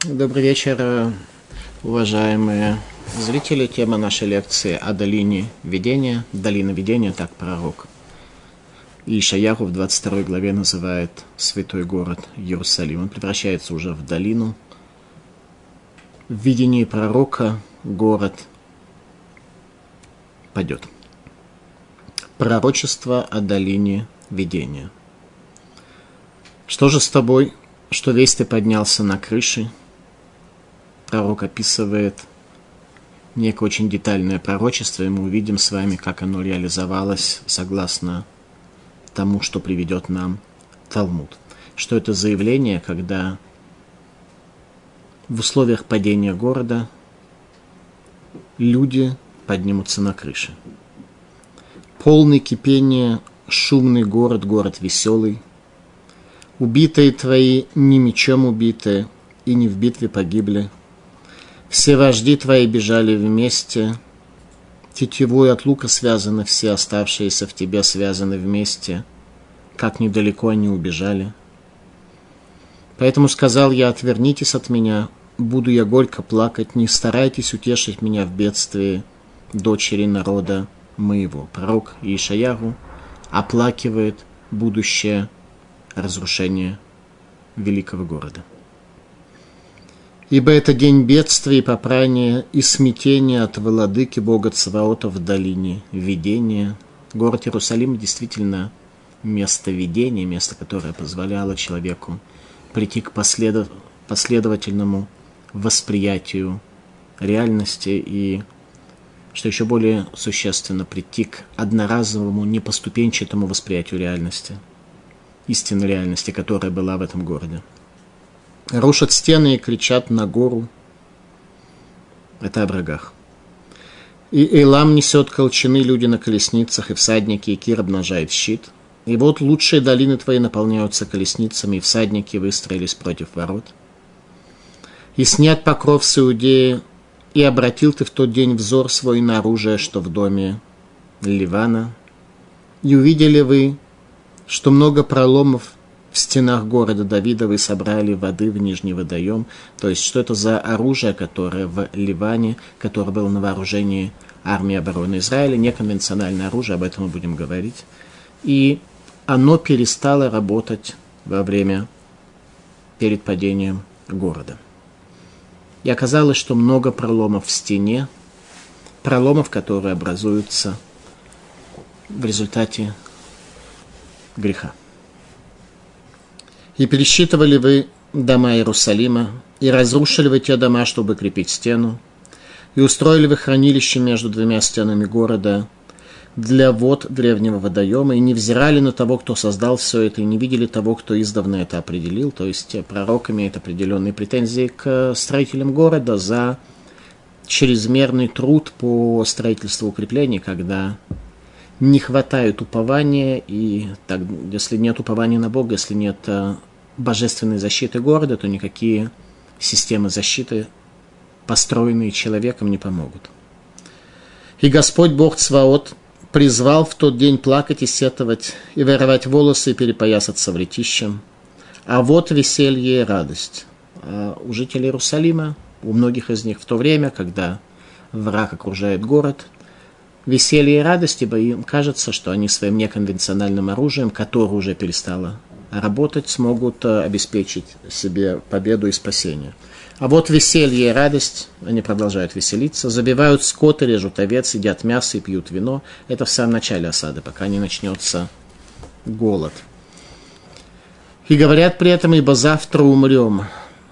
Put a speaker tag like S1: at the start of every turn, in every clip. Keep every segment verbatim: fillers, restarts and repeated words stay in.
S1: Добрый вечер, уважаемые зрители. Тема нашей лекции о долине видения. Долина видения, так пророк Ишаяху в двадцать второй главе называет святой город Иерусалим. Он превращается уже в долину. В видении пророка город падет. Пророчество о долине видения. Что же с тобой, что весь ты поднялся на крыши? Пророк описывает некое очень детальное пророчество, и мы увидим с вами, как оно реализовалось согласно тому, что приведет нам Талмуд. Что это заявление, когда в условиях падения города люди поднимутся на крыши. Полный кипения, шумный город, город веселый. Убитые твои не мечом убитые, и не в битве погибли. Все вожди твои бежали вместе, тетивой от лука связаны все, оставшиеся в тебе связаны вместе, как недалеко они убежали. Поэтому сказал я: отвернитесь от меня, буду я горько плакать, не старайтесь утешить меня в бедствии, дочери народа моего. Пророк Ишаяху оплакивает будущее разрушение великого города. Ибо это день бедствия и попрания и смятения от владыки Бога Цваота в долине видения. Город Иерусалим действительно место видения, место, которое позволяло человеку прийти к последов... последовательному восприятию реальности и, что еще более существенно, прийти к одноразовому, непоступенчатому восприятию реальности, истинной реальности, которая была в этом городе. Рушат стены и кричат на гору. Это о врагах. И Эйлам несет колчаны, люди на колесницах, и всадники, и Кир обнажает щит. И вот лучшие долины твои наполняются колесницами, и всадники выстроились против ворот. И снят покров с Иудеи, и обратил ты в тот день взор свой на оружие, что в доме Ливана. И увидели вы, что много проломов в стенах города Давида вы собрали воды в нижний водоем. То есть, что это за оружие, которое в Ливане, которое было на вооружении армии обороны Израиля, неконвенциональное оружие, об этом мы будем говорить. И оно перестало работать во время, перед падением города. И оказалось, что много проломов в стене, проломов, которые образуются в результате греха. И пересчитывали вы дома Иерусалима, и разрушили вы те дома, чтобы крепить стену, и устроили вы хранилище между двумя стенами города для вод древнего водоема, и не взирали на того, кто создал все это, и не видели того, кто издавна это определил. То есть пророк имеет определенные претензии к строителям города за чрезмерный труд по строительству укреплений, когда не хватает упования, и так, если нет упования на Бога, если нет а, божественной защиты города, то никакие системы защиты, построенные человеком, не помогут. И Господь Бог Цваот призвал в тот день плакать и сетовать, и вырывать волосы, и перепоясаться вретищем. А вот веселье и радость. А у жителей Иерусалима, у многих из них в то время, когда враг окружает город, веселье и радость, ибо им кажется, что они своим неконвенциональным оружием, которое уже перестало работать, смогут обеспечить себе победу и спасение. А вот веселье и радость, они продолжают веселиться, забивают скот и режут овец, едят мясо и пьют вино. Это в самом начале осады, пока не начнется голод. И говорят при этом: ибо завтра умрем.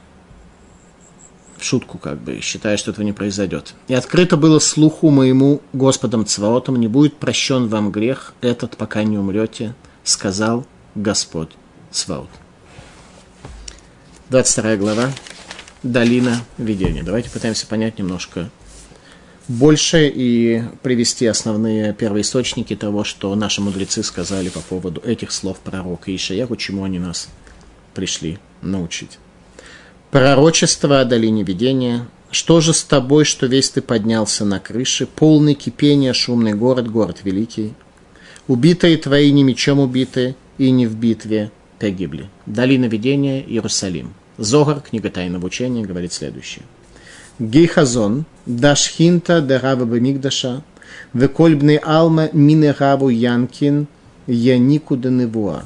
S1: В шутку, как бы, считая, что этого не произойдет. И открыто было слуху моему Господом Цваотом: не будет прощен вам грех этот, пока не умрете, сказал Господь Цваот. двадцать вторая глава. Долина видения. Давайте пытаемся понять немножко больше и привести основные первоисточники того, что наши мудрецы сказали по поводу этих слов пророка Ишаяху, чему они нас пришли научить. Пророчество о долине видения. Что же с тобой, что весь ты поднялся на крыше, полный кипения, шумный город, город великий? Убитые твои не мечом убиты, и не в битве погибли. Долина видения, Иерусалим. Зогар, книга Тайного учения, говорит следующее. Гейхазон, дашхинта де раба бемигдаша, векольбный алма мине рабу янкин, янику де невуа.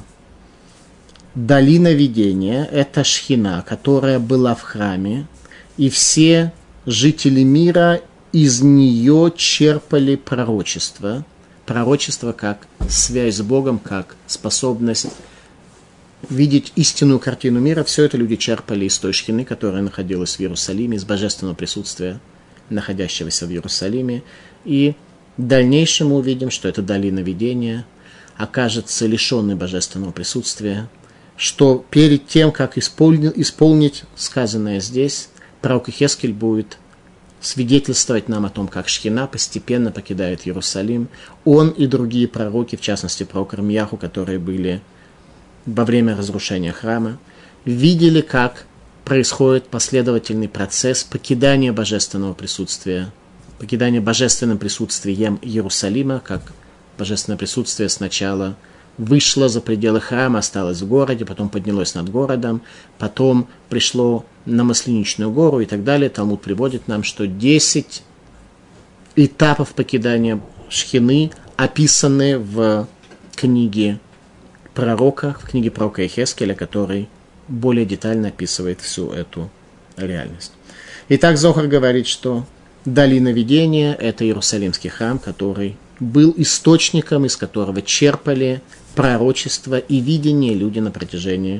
S1: Долина видения – это шхина, которая была в храме, и все жители мира из нее черпали пророчество. Пророчество как связь с Богом, как способность видеть истинную картину мира. Все это люди черпали из той шхины, которая находилась в Иерусалиме, из божественного присутствия, находящегося в Иерусалиме. И в дальнейшем мы увидим, что эта долина видения окажется лишенной божественного присутствия, что перед тем, как исполни, исполнить сказанное здесь, пророк Ихескель будет свидетельствовать нам о том, как шхина постепенно покидает Иерусалим. Он и другие пророки, в частности пророк Ирмияху, которые были во время разрушения храма, видели, как происходит последовательный процесс покидания божественного присутствия, покидания божественным присутствием Иерусалима, как божественное присутствие сначала вышло за пределы храма, осталось в городе, потом поднялось над городом, потом пришло на Масленичную гору и так далее. Талмуд приводит нам, что десять этапов покидания шхины описаны в книге пророка, в книге пророка Ихескеля, который более детально описывает всю эту реальность. Итак, Зохар говорит, что долина видения – это Иерусалимский храм, который был источником, из которого черпали пророчество и видение люди на протяжении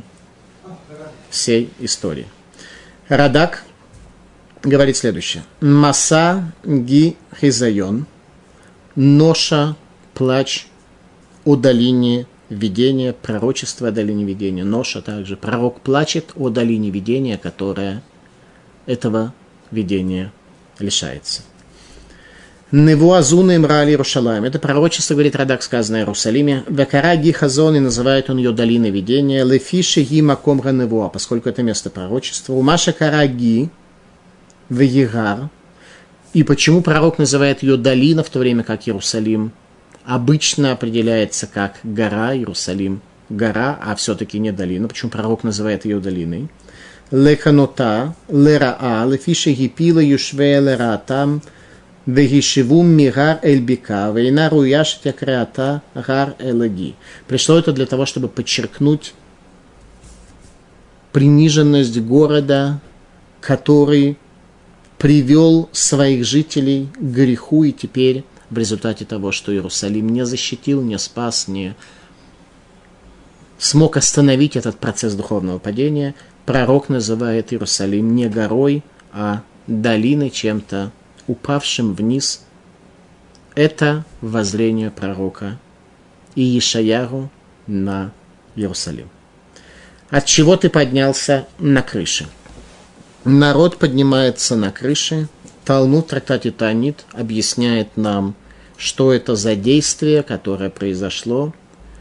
S1: всей истории. Радак говорит следующее. Маса ги хизайон, ноша, плач о долине видения, пророчество о долине видения, ноша также. Пророк плачет о долине видения, которая этого видения лишается. Невуазуна имра али Иерушалаим. Это пророчество, говорит Радак, сказано о Иерусалиме. Векара ги хазон, и называет он ее долиной видения. Лефиши ги маком га невуа, поскольку это место пророчества. Умаша кара ги вегигар. И почему пророк называет ее долина, в то время как Иерусалим обычно определяется как гора, Иерусалим гора, а все-таки не долина. Почему пророк называет ее долиной? Леханота, лераа, лефиши ги пила юшве лераатам, Вегишивум мигар эльбика, вейна руяшит якреата гар элаги. Пришло это для того, чтобы подчеркнуть приниженность города, который привел своих жителей к греху, и теперь в результате того, что Иерусалим не защитил, не спас, не смог остановить этот процесс духовного падения, пророк называет Иерусалим не горой, а долиной, чем-то упавшим вниз. Это воззрение пророка и Ишаяху на Иерусалим. От чего ты поднялся на крыше? Народ поднимается на крыше. Талмуд в трактате Таанит объясняет нам, что это за действие, которое произошло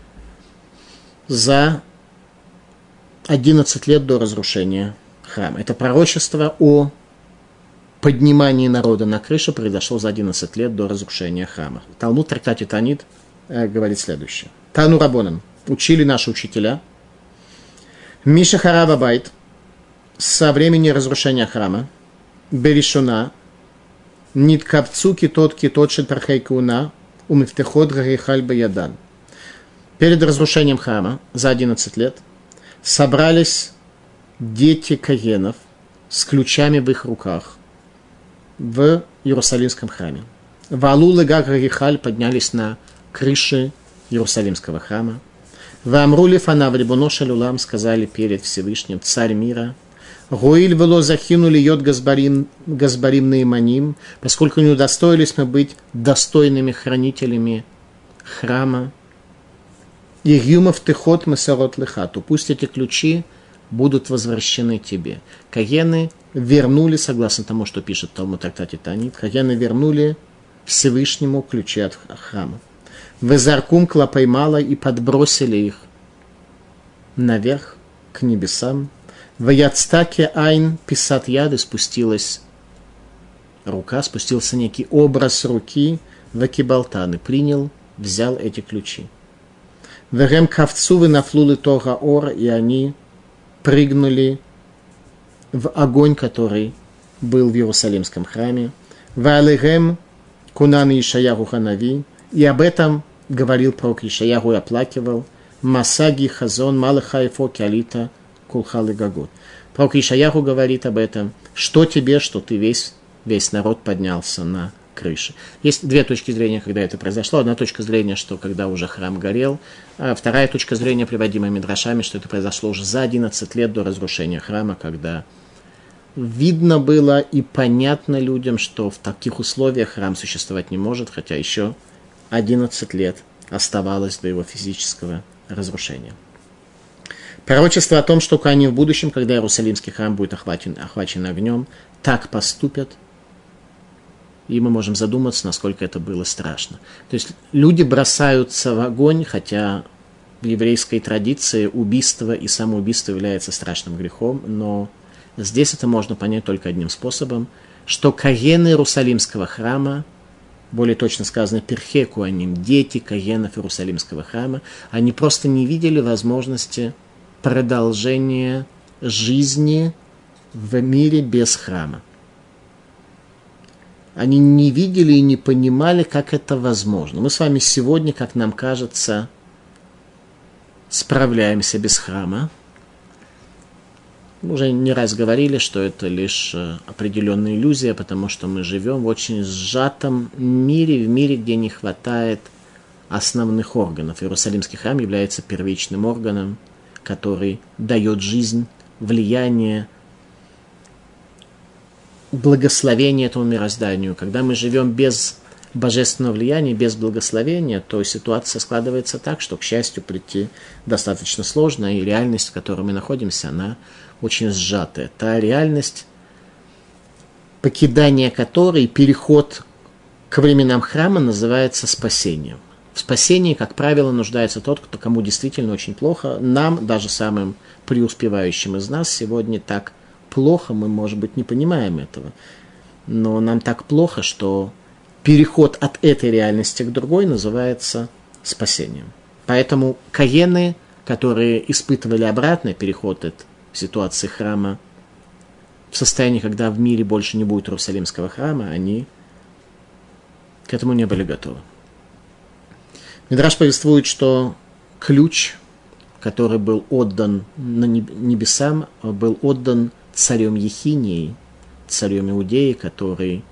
S1: за одиннадцать лет до разрушения храма. Это пророчество о поднимании народа на крышу произошло за одиннадцать лет до разрушения храма. Талмуд в трактате Таанит э, говорит следующее. Тану Рабонан. Учили наши учителя. Миша Хараба Байт со времени разрушения храма. Беришуна. Ниткавцу китот китот шельпархейкуна умифтехот гагихаль баядан. Перед разрушением храма за одиннадцать лет собрались дети каенов с ключами в их руках в Иерусалимском храме. Валулы Гагрихаль поднялись на крыши Иерусалимского храма. Вамрули фанав рибоноша люлам, сказали перед Всевышним, царь мира. Гоиль вело захинули йод газбарим, газбарим наиманим, поскольку не удостоились мы быть достойными хранителями храма. Игюмов тыхот месарот лехату. Пусть эти ключи будут возвращены тебе. Каены вернули, согласно тому, что пишет Талмуд в трактате Таанит, Каены вернули Всевышнему ключи от храма. Везаркум клапаймала, и подбросили их наверх, к небесам. Ваяцтаке айн писат яды, спустилась рука, спустился некий образ руки, вакибалтаны, принял, взял эти ключи. Верем кавцу нафлулы тога ор, и они прыгнули в огонь, который был в Иерусалимском храме. Ваалегем кунан Ишаяху ханави. И об этом говорил пророк Ишаяху и оплакивал. Масаги хазон малахайфо киалита кулхалы гагот. Пророк Ишаяху говорит об этом. Что тебе, что ты весь, весь народ поднялся на крыши. Есть две точки зрения, когда это произошло. Одна точка зрения, что когда уже храм горел, а вторая точка зрения, приводимая мидрашами, что это произошло уже за одиннадцать лет до разрушения храма, когда видно было и понятно людям, что в таких условиях храм существовать не может, хотя еще одиннадцать лет оставалось до его физического разрушения. Пророчество о том, что они в будущем, когда Иерусалимский храм будет охвачен, охвачен огнем, так поступят. И мы можем задуматься, насколько это было страшно. То есть люди бросаются в огонь, хотя в еврейской традиции убийство и самоубийство является страшным грехом, но здесь это можно понять только одним способом, что коэны Иерусалимского храма, более точно сказано, перхе коаним, дети коэнов Иерусалимского храма, они просто не видели возможности продолжения жизни в мире без храма. Они не видели и не понимали, как это возможно. Мы с вами сегодня, как нам кажется, справляемся без храма. Мы уже не раз говорили, что это лишь определенная иллюзия, потому что мы живем в очень сжатом мире, в мире, где не хватает основных органов. Иерусалимский храм является первичным органом, который дает жизнь, влияние, благословение этому мирозданию. Когда мы живем без божественного влияния, без благословения, то ситуация складывается так, что, к счастью, прийти достаточно сложно, и реальность, в которой мы находимся, она очень сжатая. Та реальность, покидание которой, переход к временам храма называется спасением. В спасении, как правило, нуждается тот, кто, кому действительно очень плохо. Нам, даже самым преуспевающим из нас, сегодня так плохо, мы, может быть, не понимаем этого. Но нам так плохо, что переход от этой реальности к другой называется спасением. Поэтому коэны, которые испытывали обратный переход от ситуации храма в состоянии, когда в мире больше не будет Иерусалимского храма, они к этому не были готовы. Мидраш повествует, что ключ, который был отдан на небесам, был отдан царем Ехинией, царем Иудеи, который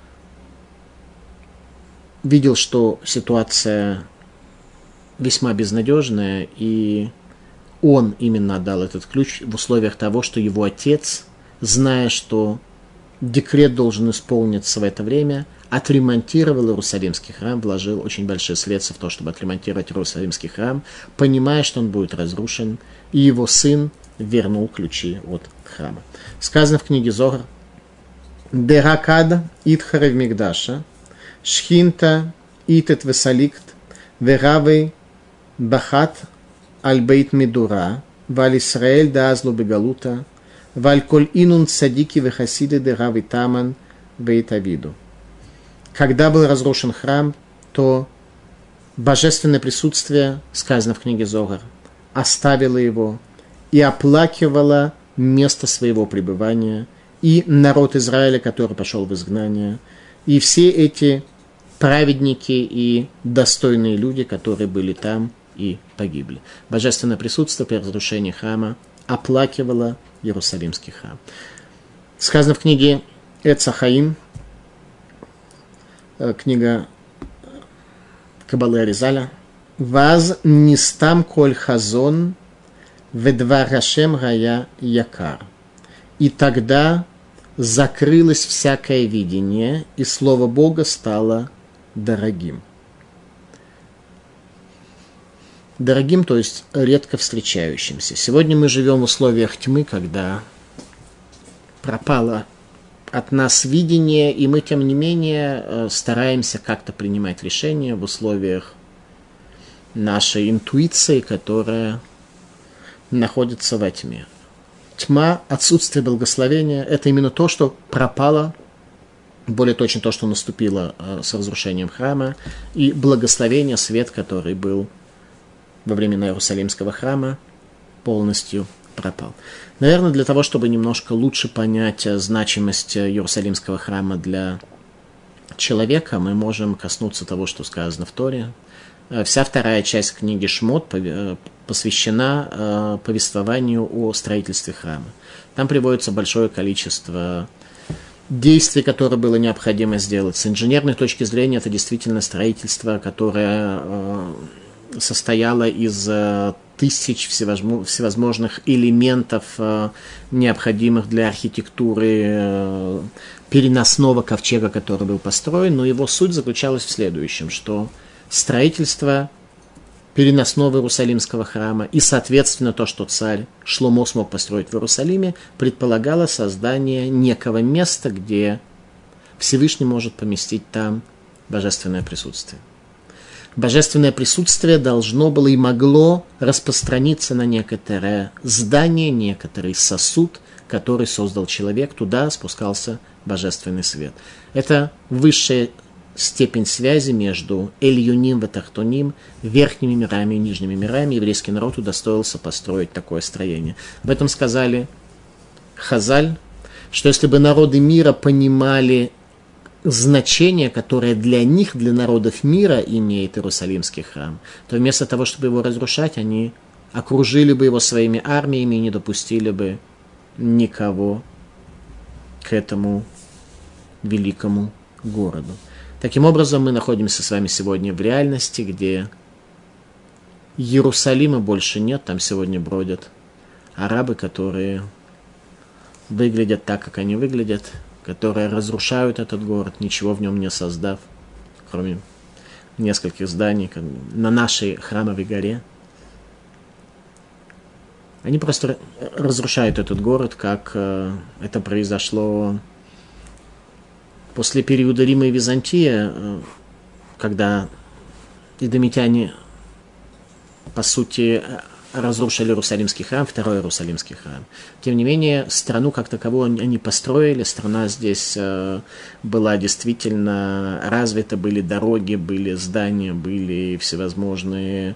S1: видел, что ситуация весьма безнадежная, и он именно отдал этот ключ в условиях того, что его отец, зная, что декрет должен исполниться в это время, отремонтировал Иерусалимский храм, вложил очень большие средства в то, чтобы отремонтировать Иерусалимский храм, понимая, что он будет разрушен, и его сын вернул ключи от храма. Сказано в книге Зоар: «Деракад итхарев мигдаша, шхинта итет весаликт, веравей бахат аль-бейт мидура, валь Исраэль даазлу бегалута, валь коль инун цадики вехасиды дерави таман вейтавиду». Когда был разрушен храм, то божественное присутствие, сказано в книге Зоар, оставило его и оплакивало место своего пребывания, и народ Израиля, который пошел в изгнание, и все эти праведники и достойные люди, которые были там и погибли. Божественное присутствие при разрушении храма оплакивало Иерусалимский храм. Сказано в книге Эц ха-Хаим, книга Каббалы Аризаля: «Ваз нистам коль хазон ведвар Хашем гая якар». И тогда закрылось всякое видение, и слово Бога стало дорогим. Дорогим, то есть редко встречающимся. Сегодня мы живем в условиях тьмы, когда пропало от нас видение, и мы, тем не менее, стараемся как-то принимать решения в условиях нашей интуиции, которая находится во тьме. Тьма, отсутствие благословения – это именно то, что пропало, более точно то, что наступило с разрушением храма, и благословение, свет, который был во времена Иерусалимского храма, полностью пропал. Наверное, для того, чтобы немножко лучше понять значимость Иерусалимского храма для человека, мы можем коснуться того, что сказано в Торе. Вся вторая часть книги Шмот посвящена повествованию о строительстве храма. Там приводится большое количество действий, которые было необходимо сделать. С инженерной точки зрения это действительно строительство, которое состояло из тысяч всевозможных элементов, необходимых для архитектуры переносного ковчега, который был построен. Но его суть заключалась в следующем, что строительство переносного Иерусалимского храма и, соответственно, то, что царь Шломо смог построить в Иерусалиме, предполагало создание некого места, где Всевышний может поместить там божественное присутствие. Божественное присутствие должно было и могло распространиться на некоторое здание, некоторый сосуд, который создал человек. Туда спускался божественный свет. Это высшая степень связи между Эль-Юним и Тахтоним, верхними мирами и нижними мирами. Еврейский народ удостоился построить такое строение. Об этом сказали Хазаль, что если бы народы мира понимали значение, которое для них, для народов мира имеет Иерусалимский храм, то вместо того, чтобы его разрушать, они окружили бы его своими армиями и не допустили бы никого к этому великому городу. Таким образом, мы находимся с вами сегодня в реальности, где Иерусалима больше нет, там сегодня бродят арабы, которые выглядят так, как они выглядят, которые разрушают этот город, ничего в нем не создав, кроме нескольких зданий на нашей храмовой горе. Они просто разрушают этот город, как это произошло после периода Рима и Византии, когда эдомитяне, по сути, разрушили Иерусалимский храм, второй Иерусалимский храм. Тем не менее, страну как таковую они построили, страна здесь была действительно развита, были дороги, были здания, были всевозможные...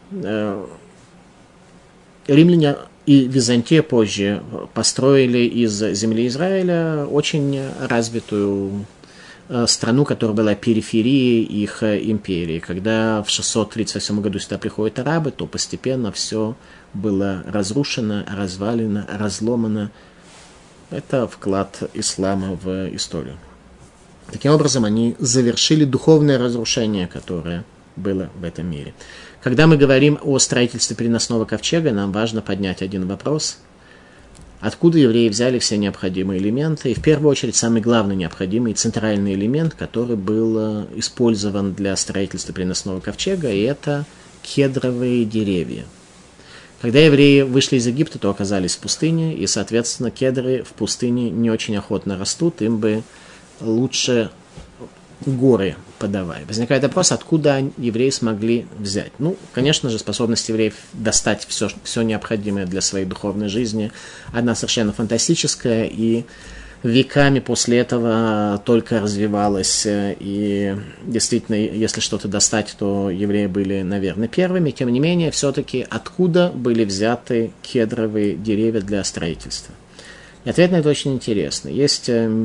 S1: Римляне и Византия позже построили из земли Израиля очень развитую страну, которая была периферией их империи. Когда в шестьсот тридцать восьмом году сюда приходят арабы, то постепенно все было разрушено, развалено, разломано. Это вклад ислама в историю. Таким образом, они завершили духовное разрушение, которое было в этом мире. Когда мы говорим о строительстве переносного ковчега, нам важно поднять один вопрос. Откуда евреи взяли все необходимые элементы? И в первую очередь самый главный необходимый центральный элемент, который был использован для строительства переносного ковчега, и это кедровые деревья. Когда евреи вышли из Египта, то оказались в пустыне, и, соответственно, кедры в пустыне не очень охотно растут, им бы лучше горы подавай. Возникает вопрос, откуда евреи смогли взять. Ну, конечно же, способность евреев достать все, все необходимое для своей духовной жизни, одна совершенно фантастическая, и веками после этого только развивалась, и действительно, если что-то достать, то евреи были, наверное, первыми. Тем не менее, все-таки откуда были взяты кедровые деревья для строительства? И ответ на это очень интересный. Есть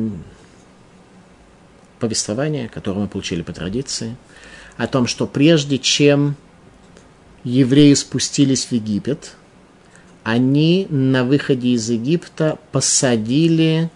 S1: повествование, которое мы получили по традиции, о том, что прежде чем евреи спустились в Египет, они на выходе из Египта посадили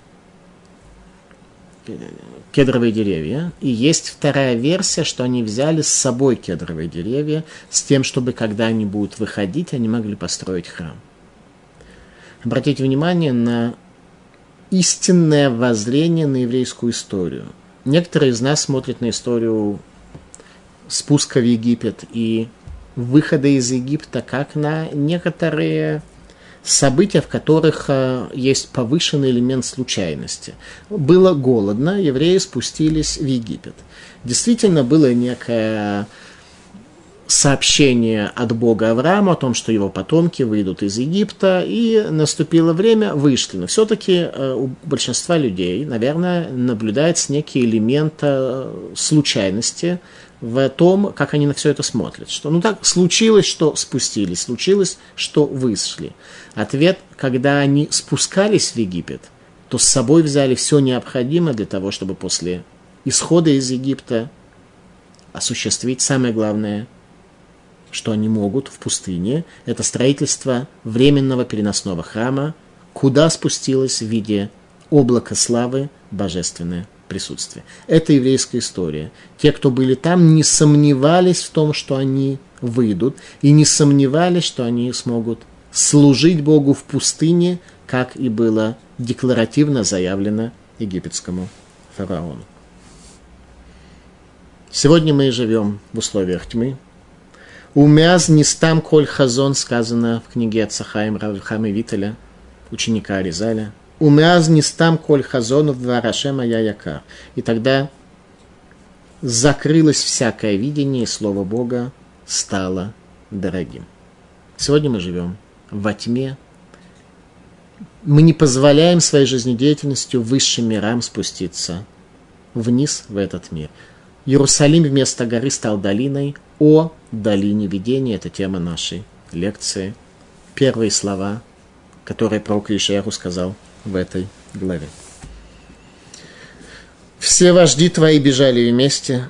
S1: кедровые деревья. И есть вторая версия, что они взяли с собой кедровые деревья, с тем, чтобы, когда они будут выходить, они могли построить храм. Обратите внимание на истинное воззрение на еврейскую историю. Некоторые из нас смотрят на историю спуска в Египет и выхода из Египта как на некоторые события, в которых есть повышенный элемент случайности. Было голодно, евреи спустились в Египет. Действительно, было некое сообщение от Бога Аврааму о том, что его потомки выйдут из Египта, и наступило время, вышли. Но все-таки у большинства людей, наверное, наблюдается некий элемент случайности в том, как они на все это смотрят. Что, ну так, случилось, что спустились, случилось, что вышли. Ответ, когда они спускались в Египет, то с собой взяли все необходимое для того, чтобы после исхода из Египта осуществить самое главное, что они могут в пустыне, это строительство временного переносного храма, куда спустилось в виде облака славы божественное присутствие. Это еврейская история. Те, кто были там, не сомневались в том, что они выйдут, и не сомневались, что они смогут служить Богу в пустыне, как и было декларативно заявлено египетскому фараону. Сегодня мы живем в условиях тьмы. «Умяз нистам коль хазон» сказано в книге отца Хаим Равхама Вителя, ученика Аризаля. «Умяз нистам коль хазон в Варашема я якар». И тогда закрылось всякое видение, и слово Бога стало дорогим. Сегодня мы живем во тьме. Мы не позволяем своей жизнедеятельностью высшим мирам спуститься вниз в этот мир. Иерусалим вместо горы стал долиной. О долине видения – это тема нашей лекции. Первые слова, которые пророк Ишаяху сказал в этой главе. «Все вожди твои бежали вместе,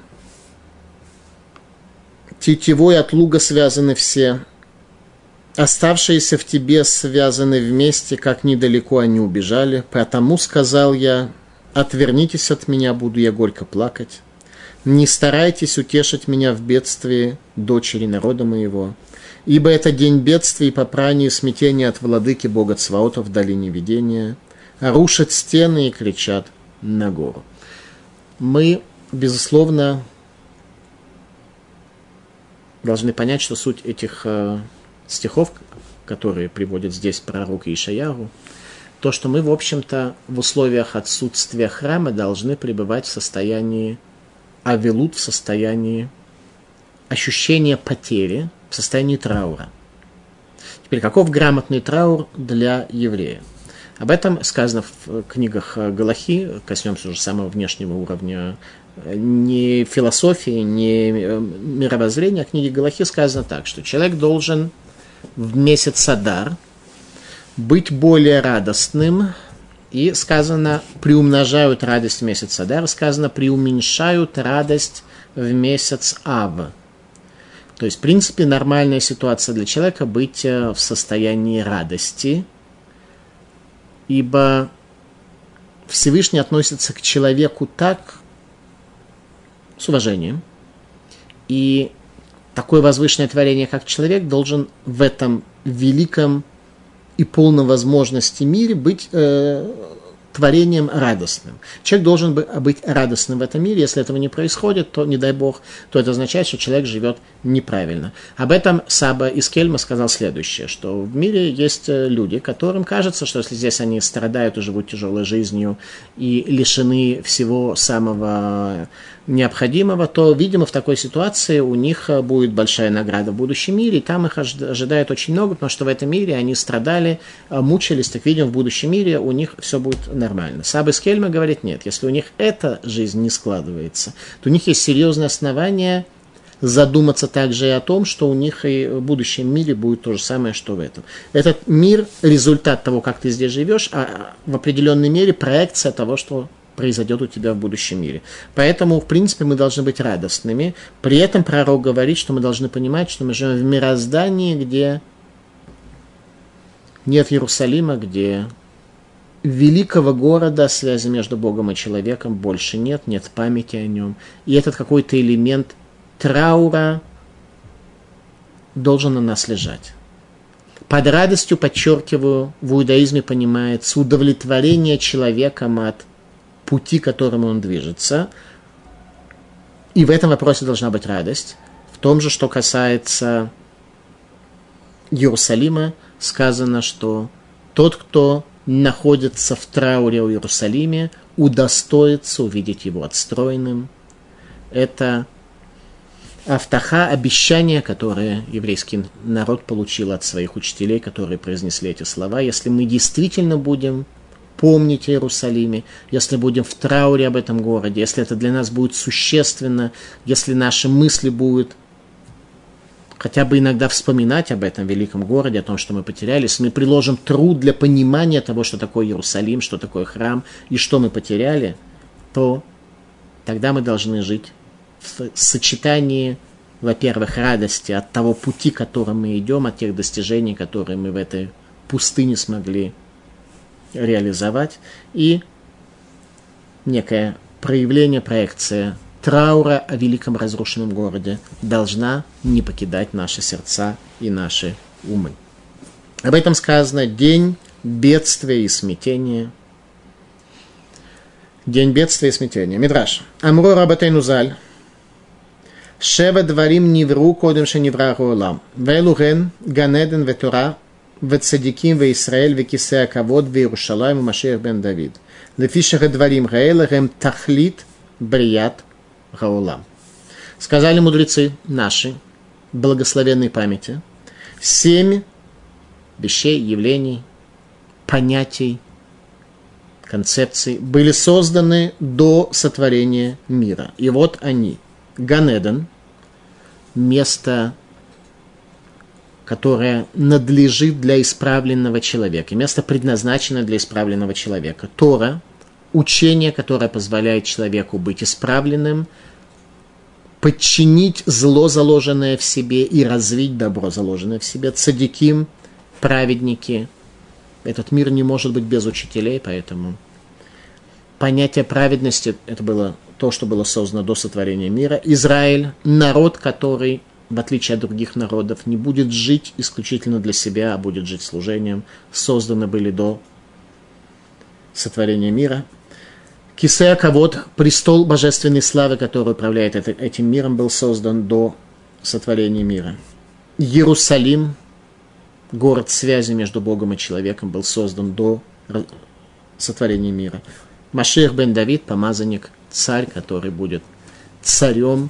S1: тетивой от луга связаны все, оставшиеся в тебе связаны вместе, как недалеко они убежали. Потому сказал я, отвернитесь от меня, буду я горько плакать. Не старайтесь утешить меня в бедствии, дочери народа моего, ибо это день бедствия и попрания и смятения от владыки Бога Цваота в долине видения, рушат стены и кричат на гору». Мы, безусловно, должны понять, что суть этих э, стихов, которые приводит здесь пророк Ишаяху, то, что мы, в общем-то, в условиях отсутствия храма должны пребывать в состоянии авилут, в состоянии ощущения потери, в состоянии траура. Теперь, каков грамотный траур для еврея? Об этом сказано в книгах Галахи, коснемся уже самого внешнего уровня, не философии, не мировоззрения, а книги Галахи сказано так, что человек должен в месяц Адар быть более радостным, и сказано, приумножают радость в месяц Адар, сказано, преуменьшают радость в месяц Ав. То есть, в принципе, нормальная ситуация для человека быть в состоянии радости, ибо Всевышний относится к человеку так, с уважением, и такое возвышенное творение, как человек, должен в этом великом и полном возможности мире быть э, творением радостным. Человек должен быть радостным в этом мире. Если этого не происходит, то, не дай Бог, то это означает, что человек живет неправильно. Об этом Саба из Кельма сказал следующее, что в мире есть люди, которым кажется, что если здесь они страдают и живут тяжелой жизнью и лишены всего самого необходимого, то, видимо, в такой ситуации у них будет большая награда в будущем мире, и там их ожидает очень много, потому что в этом мире они страдали, мучились, так видим, в будущем мире у них все будет нормально. Саба из Кельма говорит, нет, если у них эта жизнь не складывается, то у них есть серьезное основание задуматься также и о том, что у них и в будущем мире будет то же самое, что в этом. Этот мир – результат того, как ты здесь живешь, а в определенной мере проекция того, что произойдет у тебя в будущем мире. Поэтому, в принципе, мы должны быть радостными. При этом пророк говорит, что мы должны понимать, что мы живем в мироздании, где нет Иерусалима, где великого города, связи между Богом и человеком больше нет, нет памяти о нем. И этот какой-то элемент траура должен на нас лежать. Под радостью, подчеркиваю, в иудаизме понимается удовлетворение человеком от пути, к которому он движется. И в этом вопросе должна быть радость. В том же, что касается Иерусалима, сказано, что тот, кто находится в трауре о Иерусалиме, удостоится увидеть его отстроенным. Это автаха, обещание, которое еврейский народ получил от своих учителей, которые произнесли эти слова. Если мы действительно будем помнить о Иерусалиме, если будем в трауре об этом городе, если это для нас будет существенно, если наши мысли будут хотя бы иногда вспоминать об этом великом городе, о том, что мы потеряли, если мы приложим труд для понимания того, что такое Иерусалим, что такое храм и что мы потеряли, то тогда мы должны жить в сочетании, во-первых, радости от того пути, которым мы идем, от тех достижений, которые мы в этой пустыне смогли реализовать, и некое проявление, проекция траура о великом разрушенном городе должна не покидать наши сердца и наши умы. Об этом сказано день бедствия и смятения. День бедствия и смятения. Мидраш. Амро рабатейну заль. Шева дварим нивру кодем шенивра гоолам. Вейлуген ганеден ветора вецадиким веисраэль векисея кавод веирушалаем умашех бен Давид. Лефишеха дварим гаэла гем тахлит брият гаолам. Сказали мудрецы наши, благословенной памяти, семь вещей, явлений, понятий, концепций были созданы до сотворения мира. И вот они. Ганеден, место, которое надлежит для исправленного человека, место, предназначенное для исправленного человека. Тора, учение, которое позволяет человеку быть исправленным, подчинить зло, заложенное в себе, и развить добро, заложенное в себе. Цадиким, праведники. Этот мир не может быть без учителей, поэтому понятие праведности – это было то, что было создано до сотворения мира. Израиль – народ, который, в отличие от других народов, не будет жить исключительно для себя, а будет жить служением. Созданы были до сотворения мира. Кисея Кавод, престол божественной славы, который управляет это, этим миром, был создан до сотворения мира. Иерусалим, город связи между Богом и человеком, был создан до сотворения мира. Машиах бен Давид, помазанник, царь, который будет царем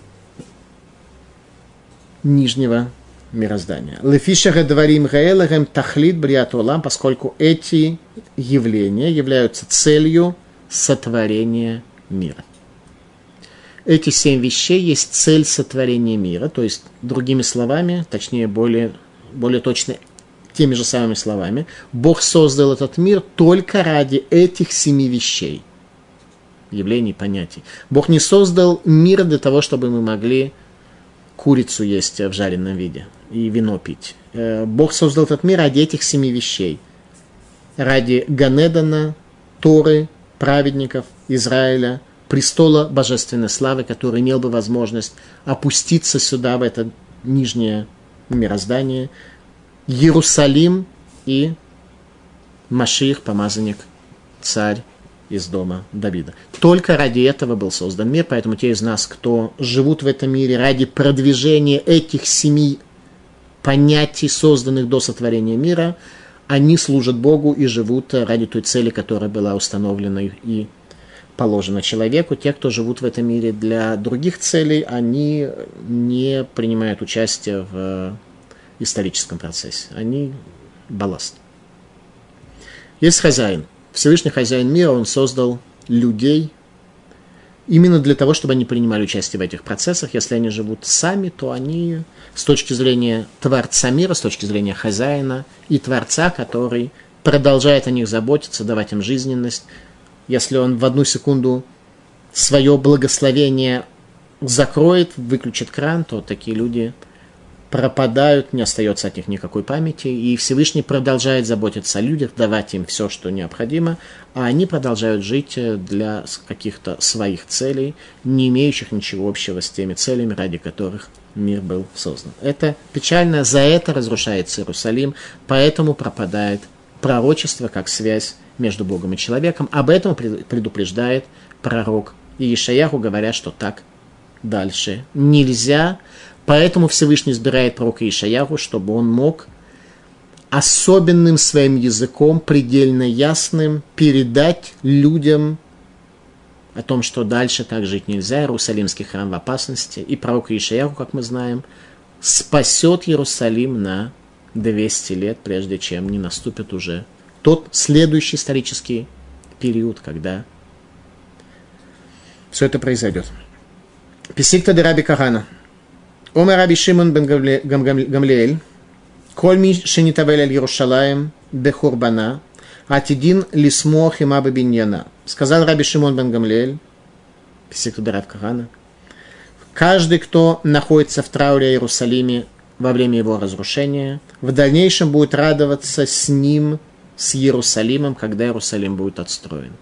S1: нижнего мироздания. Лефишеха дварим гаэлэгэм тахлит бриат олам, поскольку эти явления являются целью сотворения мира. Эти семь вещей есть цель сотворения мира, то есть, другими словами, точнее, более, более точно, теми же самыми словами, Бог создал этот мир только ради этих семи вещей, явлений, понятий. Бог не создал мир для того, чтобы мы могли курицу есть в жареном виде и вино пить. Бог создал этот мир ради этих семи вещей. Ради Ганедана, Торы, праведников, Израиля, престола божественной славы, который имел бы возможность опуститься сюда, в это нижнее мироздание, Иерусалим и Машиах, помазанник, царь из дома Давида. Только ради этого был создан мир, поэтому те из нас, кто живут в этом мире ради продвижения этих семи понятий, созданных до сотворения мира, они служат Богу и живут ради той цели, которая была установлена и положена человеку. Те, кто живут в этом мире для других целей, они не принимают участие в историческом процессе. Они балласт. Есть хозяин. Всевышний хозяин мира, он создал людей именно для того, чтобы они принимали участие в этих процессах. Если они живут сами, то они с точки зрения Творца мира, с точки зрения хозяина и Творца, который продолжает о них заботиться, давать им жизненность. Если он в одну секунду свое благословение закроет, выключит кран, то такие люди пропадают, не остается от них никакой памяти, и Всевышний продолжает заботиться о людях, давать им все, что необходимо, а они продолжают жить для каких-то своих целей, не имеющих ничего общего с теми целями, ради которых мир был создан. Это печально, за это разрушается Иерусалим, поэтому пропадает пророчество как связь между Богом и человеком. Об этом предупреждает пророк Иешаяху, говоря, что так дальше нельзя. Поэтому Всевышний избирает пророка Иешаяху, чтобы он мог особенным своим языком, предельно ясным, передать людям о том, что дальше так жить нельзя, Иерусалимский храм в опасности. И пророк Иешаяху, как мы знаем, спасет Иерусалим на двести лет, прежде чем не наступит уже тот следующий исторический период, когда все это произойдет. Писикта де Раби Кахана. Омер Раби Шимон бен Гамлиэль. Коль ми шенитавель аль Иерушалаем бехурбана, атидин лисмох има бебиньяна. Сказал Раби Шимон бен Гамлиэль, Писикта де Раби Кахана, каждый, кто находится в трауре о Иерусалиме во время его разрушения, в дальнейшем будет радоваться с ним, с Иерусалимом, когда Иерусалим будет отстроен.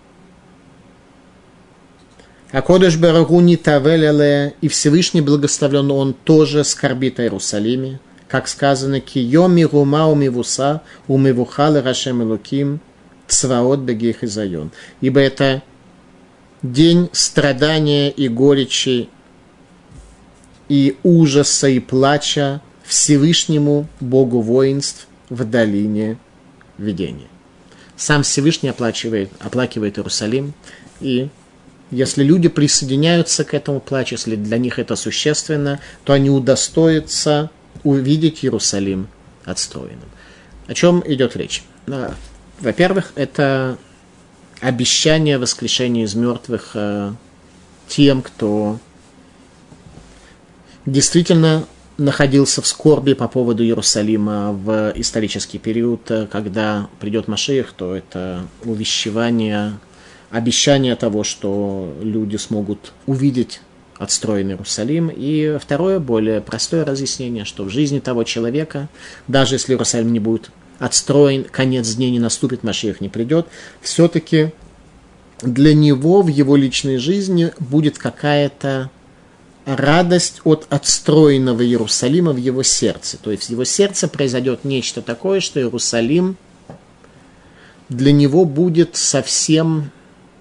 S1: А Кодеш Барагу не тавелеле, и Всевышний благословлен, он тоже скорбит о Иерусалиме, как сказано, ки йоми гума умивуса умивухалы рашем элоким цваот бегех изайон. Ибо это день страдания и горечи, и ужаса, и плача Всевышнему Богу воинств в долине видения. Сам Всевышний оплачивает, оплакивает Иерусалим, и если люди присоединяются к этому плачу, если для них это существенно, то они удостоятся увидеть Иерусалим отстроенным. О чем идет речь? Во-первых, это обещание воскрешения из мертвых тем, кто действительно находился в скорби по поводу Иерусалима в исторический период. Когда придет Машиах, то это увещевание, обещание того, что люди смогут увидеть отстроенный Иерусалим. И второе, более простое разъяснение, что в жизни того человека, даже если Иерусалим не будет отстроен, конец дней не наступит, Машиах не придет, все-таки для него в его личной жизни будет какая-то радость от отстроенного Иерусалима в его сердце. То есть в его сердце произойдет нечто такое, что Иерусалим для него будет совсем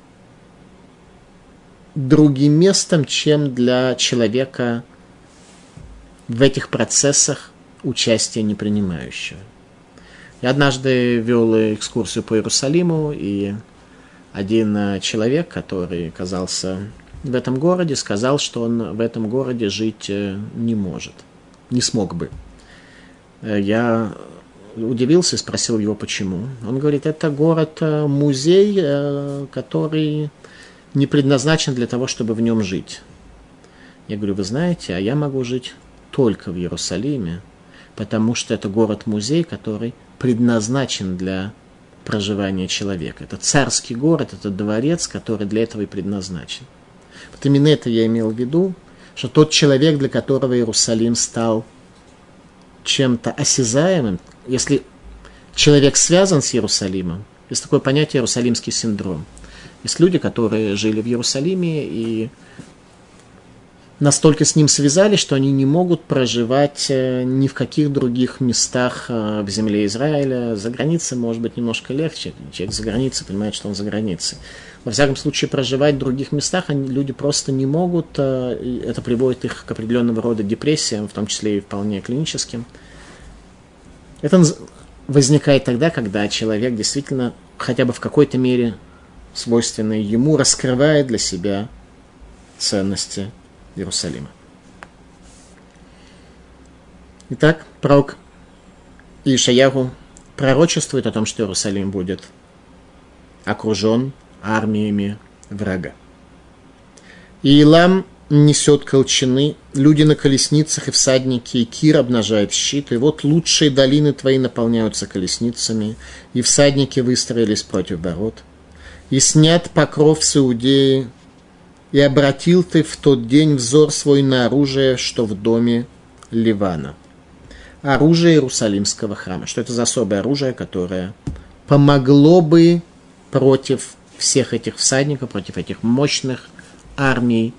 S1: другим местом, чем для человека в этих процессах участия не принимающего. Я однажды вел экскурсию по Иерусалиму, и один человек, который оказался в этом городе, сказал, что он в этом городе жить не может, не смог бы. Я удивился и спросил его, почему. Он говорит, это город-музей, который не предназначен для того, чтобы в нем жить. Я говорю, вы знаете, а я могу жить только в Иерусалиме, потому что это город-музей, который предназначен для проживания человека. Это царский город, это дворец, который для этого и предназначен. Вот именно это я имел в виду, что тот человек, для которого Иерусалим стал чем-то осязаемым, если человек связан с Иерусалимом, есть такое понятие иерусалимский синдром. Есть люди, которые жили в Иерусалиме и настолько с ним связались, что они не могут проживать ни в каких других местах в земле Израиля. За границей может быть немножко легче. Человек за границей понимает, что он за границей. Во всяком случае, проживать в других местах они, люди просто не могут. И это приводит их к определенного рода депрессиям, в том числе и вполне клиническим. Это возникает тогда, когда человек действительно хотя бы в какой-то мере свойственной ему раскрывает для себя ценности Иерусалима. Итак, пророк Ишаяху пророчествует о том, что Иерусалим будет окружен армиями врага. И Илам несет колчаны, люди на колесницах и всадники, и Кир обнажает щит, и вот лучшие долины твои наполняются колесницами, и всадники выстроились против ворот. И снят покров с Иудеи, и обратил ты в тот день взор свой на оружие, что в доме Ливана. Оружие Иерусалимского храма. Что это за особое оружие, которое помогло бы против всех этих всадников, против этих мощных армий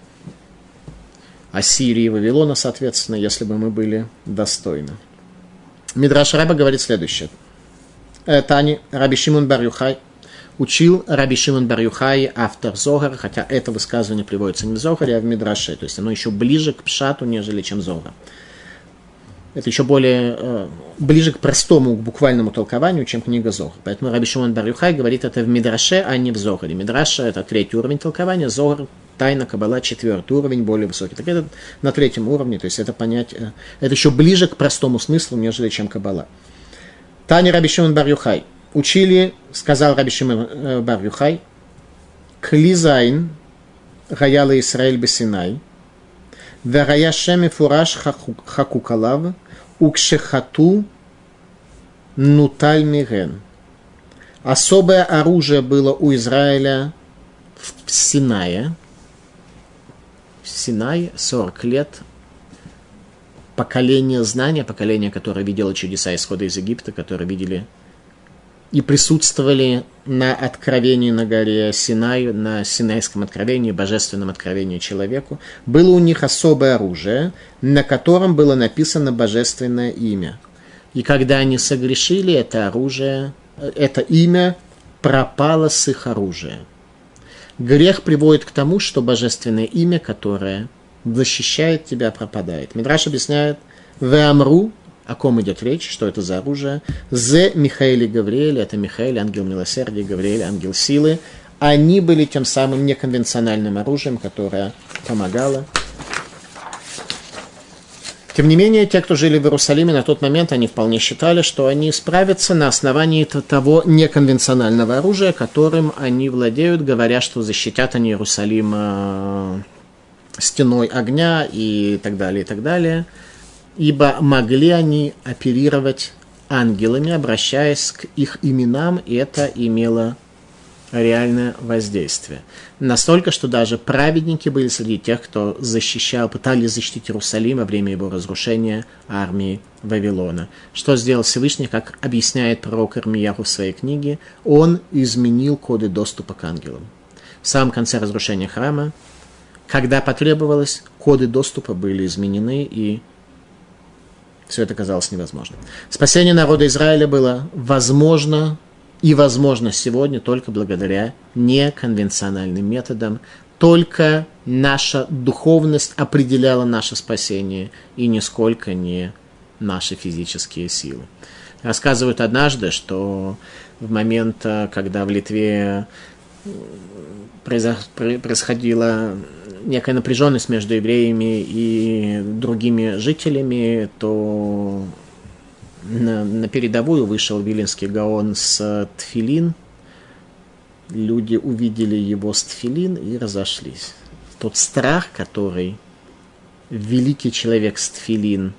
S1: Ассирии и Вавилона, соответственно, если бы мы были достойны. Мидраш Раба говорит следующее. Тани, Раби Шимон бар Йохай, учил Раби Шимон бар Йохай, автор Зогар, хотя это высказывание приводится не в Зогаре, а в Мидраше, то есть оно еще ближе к Пшату, нежели чем Зогар. Это еще более э, ближе к простому, к буквальному толкованию, чем книга Зогар. Поэтому Раби Шимон бар Йохай говорит это в Мидраше, а не в Зогаре. Мидраше – это третий уровень толкования, Зогар – тайна Каббала, четвертый уровень, более высокий. Так это на третьем уровне, то есть это понятие, это еще ближе к простому смыслу, нежели чем Каббала. Таня Раби Шимон бар Йохай. учили, сказал Раби Шимон бар Юхай, клизайн гаяла Исраэль бесинай, вегая шеми фураж хакукалав, укшехату нуталь миген. Особое оружие было у Израиля в Синае. Синай, сорок лет, поколение знания, поколение, которое видело чудеса исхода из Египта, которые видели и присутствовали на откровении на горе Синай, на Синайском откровении, божественном откровении человеку. Было у них особое оружие, на котором было написано божественное имя. И когда они согрешили, это оружие, это имя пропало с их оружия. Грех приводит к тому, что божественное имя, которое защищает тебя, пропадает. Мидраш объясняет, «Веамру», о ком идет речь, что это за оружие, «Зе Михаэль и Гавриэль», это Михаэль, ангел милосердия, Гавриэль, ангел силы. Они были тем самым неконвенциональным оружием, которое помогало. Тем не менее, те, кто жили в Иерусалиме на тот момент, они вполне считали, что они справятся на основании того неконвенционального оружия, которым они владеют, говоря, что защитят они Иерусалим стеной огня и так далее, и так далее. Ибо могли они оперировать ангелами, обращаясь к их именам, и это имело реальное воздействие. Настолько, что даже праведники были среди тех, кто защищал, пытались защитить Иерусалим во время его разрушения армии Вавилона. Что сделал Всевышний, как объясняет пророк Ирмияху в своей книге, он изменил коды доступа к ангелам. В самом конце разрушения храма, когда потребовалось, коды доступа были изменены, и все это казалось невозможным. Спасение народа Израиля было возможно и возможно сегодня только благодаря неконвенциональным методам. Только наша духовность определяла наше спасение, и нисколько не наши физические силы. Рассказывают однажды, что в момент, когда в Литве происходила некая напряженность между евреями и другими жителями, то на, на передовую вышел Виленский Гаон с тфилин. Люди увидели его с тфилин и разошлись. Тот страх, который великий человек с тфилин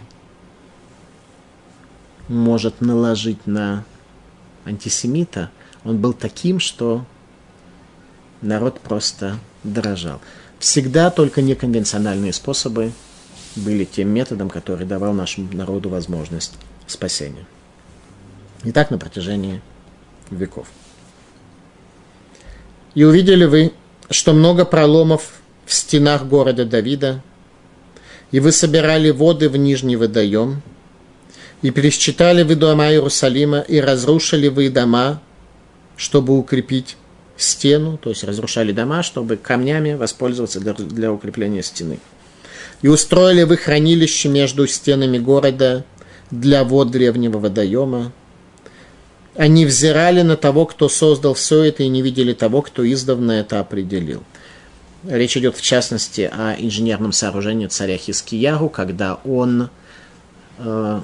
S1: может наложить на антисемита, он был таким, что народ просто дрожал. Всегда только неконвенциональные способы были тем методом, который давал нашему народу возможность спасения. И так на протяжении веков. И увидели вы, что много проломов в стенах города Давида, и вы собирали воды в нижний водоем, и пересчитали вы дома Иерусалима, и разрушили вы дома, чтобы укрепить стену, то есть разрушали дома, чтобы камнями воспользоваться для, для укрепления стены. И устроили вы хранилище между стенами города для вод древнего водоема. Они взирали на того, кто создал все это, и не видели того, кто издавна это определил. Речь идет в частности о инженерном сооружении царя Хискиягу, когда он э,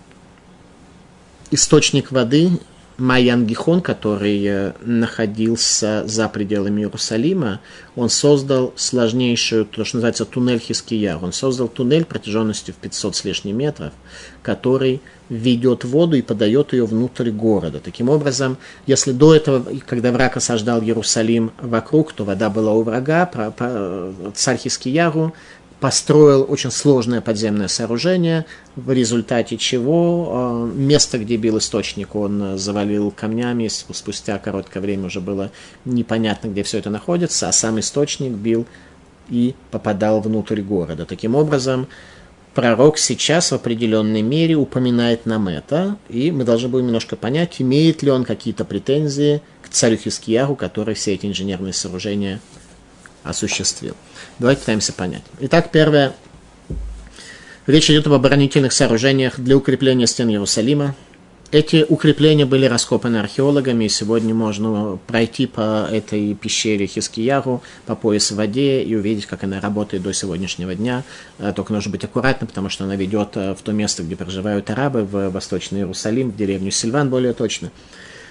S1: источник воды Маян Гихон, который находился за пределами Иерусалима, он создал сложнейшую, то, что называется туннель Хискияр. Он создал туннель протяженностью в пятьсот с лишним метров, который ведет воду и подает ее внутрь города. Таким образом, если до этого, когда враг осаждал Иерусалим вокруг, то вода была у врага, царь Хискияру построил очень сложное подземное сооружение, в результате чего место, где бил источник, он завалил камнями, спустя короткое время уже было непонятно, где все это находится, а сам источник бил и попадал внутрь города. Таким образом, пророк сейчас в определенной мере упоминает нам это, и мы должны будем немножко понять, имеет ли он какие-то претензии к царю Хискиягу, который все эти инженерные сооружения осуществил. Давайте пытаемся понять. Итак, первое. Речь идет об оборонительных сооружениях для укрепления стен Иерусалима. Эти укрепления были раскопаны археологами, и сегодня можно пройти по этой пещере Хискиягу, по пояс в воде, и увидеть, как она работает до сегодняшнего дня. Только нужно быть аккуратным, потому что она ведет в то место, где проживают арабы, в Восточный Иерусалим, в деревню Сильван более точно.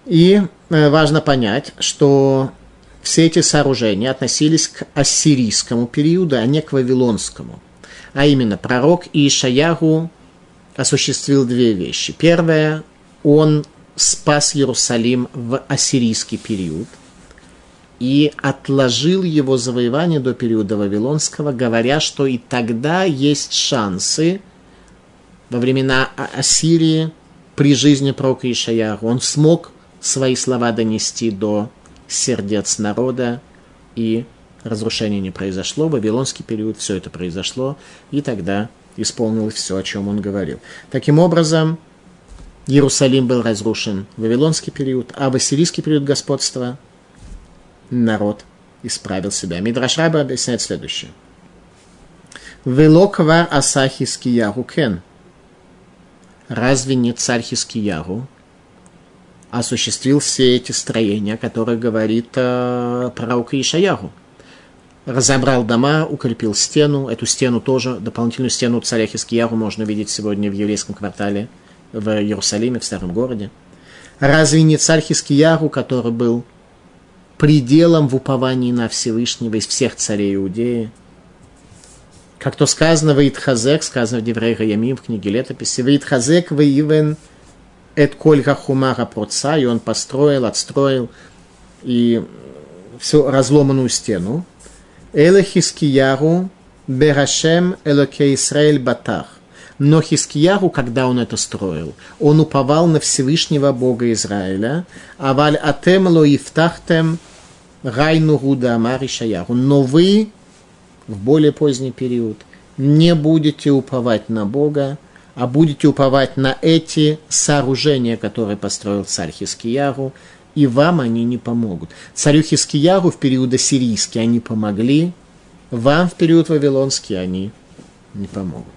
S1: И важно понять, что все эти сооружения относились к ассирийскому периоду, а не к вавилонскому. А именно, пророк Иешаяху осуществил две вещи. Первое, он спас Иерусалим в ассирийский период и отложил его завоевание до периода вавилонского, говоря, что и тогда есть шансы во времена Ассирии при жизни пророка Иешаяху. Он смог свои слова донести до сердец народа, и разрушение не произошло. В вавилонский период все это произошло, и тогда исполнилось все, о чем он говорил. Таким образом, Иерусалим был разрушен в вавилонский период, а в ассирийский период господства народ исправил себя. Мидраш Раба объясняет следующее. «Вело квар аса Хискиягу кен». Разве не царь Хискиягу осуществил все эти строения, о которых говорит э, пророк Иешаяху? Разобрал дома, укрепил стену. Эту стену тоже, дополнительную стену царя Хискиягу можно видеть сегодня в еврейском квартале в Иерусалиме, в старом городе. Разве не царь Хискиягу, который был пределом в уповании на Всевышнего из всех царей Иудеи? Как то сказано в Итхазек, сказано в Деврей Гаямим, в книге Летописи, в Итхазек воивен эт коль хахумара проца, и он построил, отстроил и всю разломанную стену. Эле Хискиягу берашем элокей Исраэль батах. Но Хискиягу, когда он это строил, он уповал на Всевышнего Бога Израиля. Аваль атем ло ифтахтем гайну гуда амар Ишаяху. Но вы в более поздний период не будете уповать на Бога, а будете уповать на эти сооружения, которые построил царь Хискиягу, и вам они не помогут. Царю Хискиягу в период ассирийский они помогли, вам в период вавилонский они не помогут.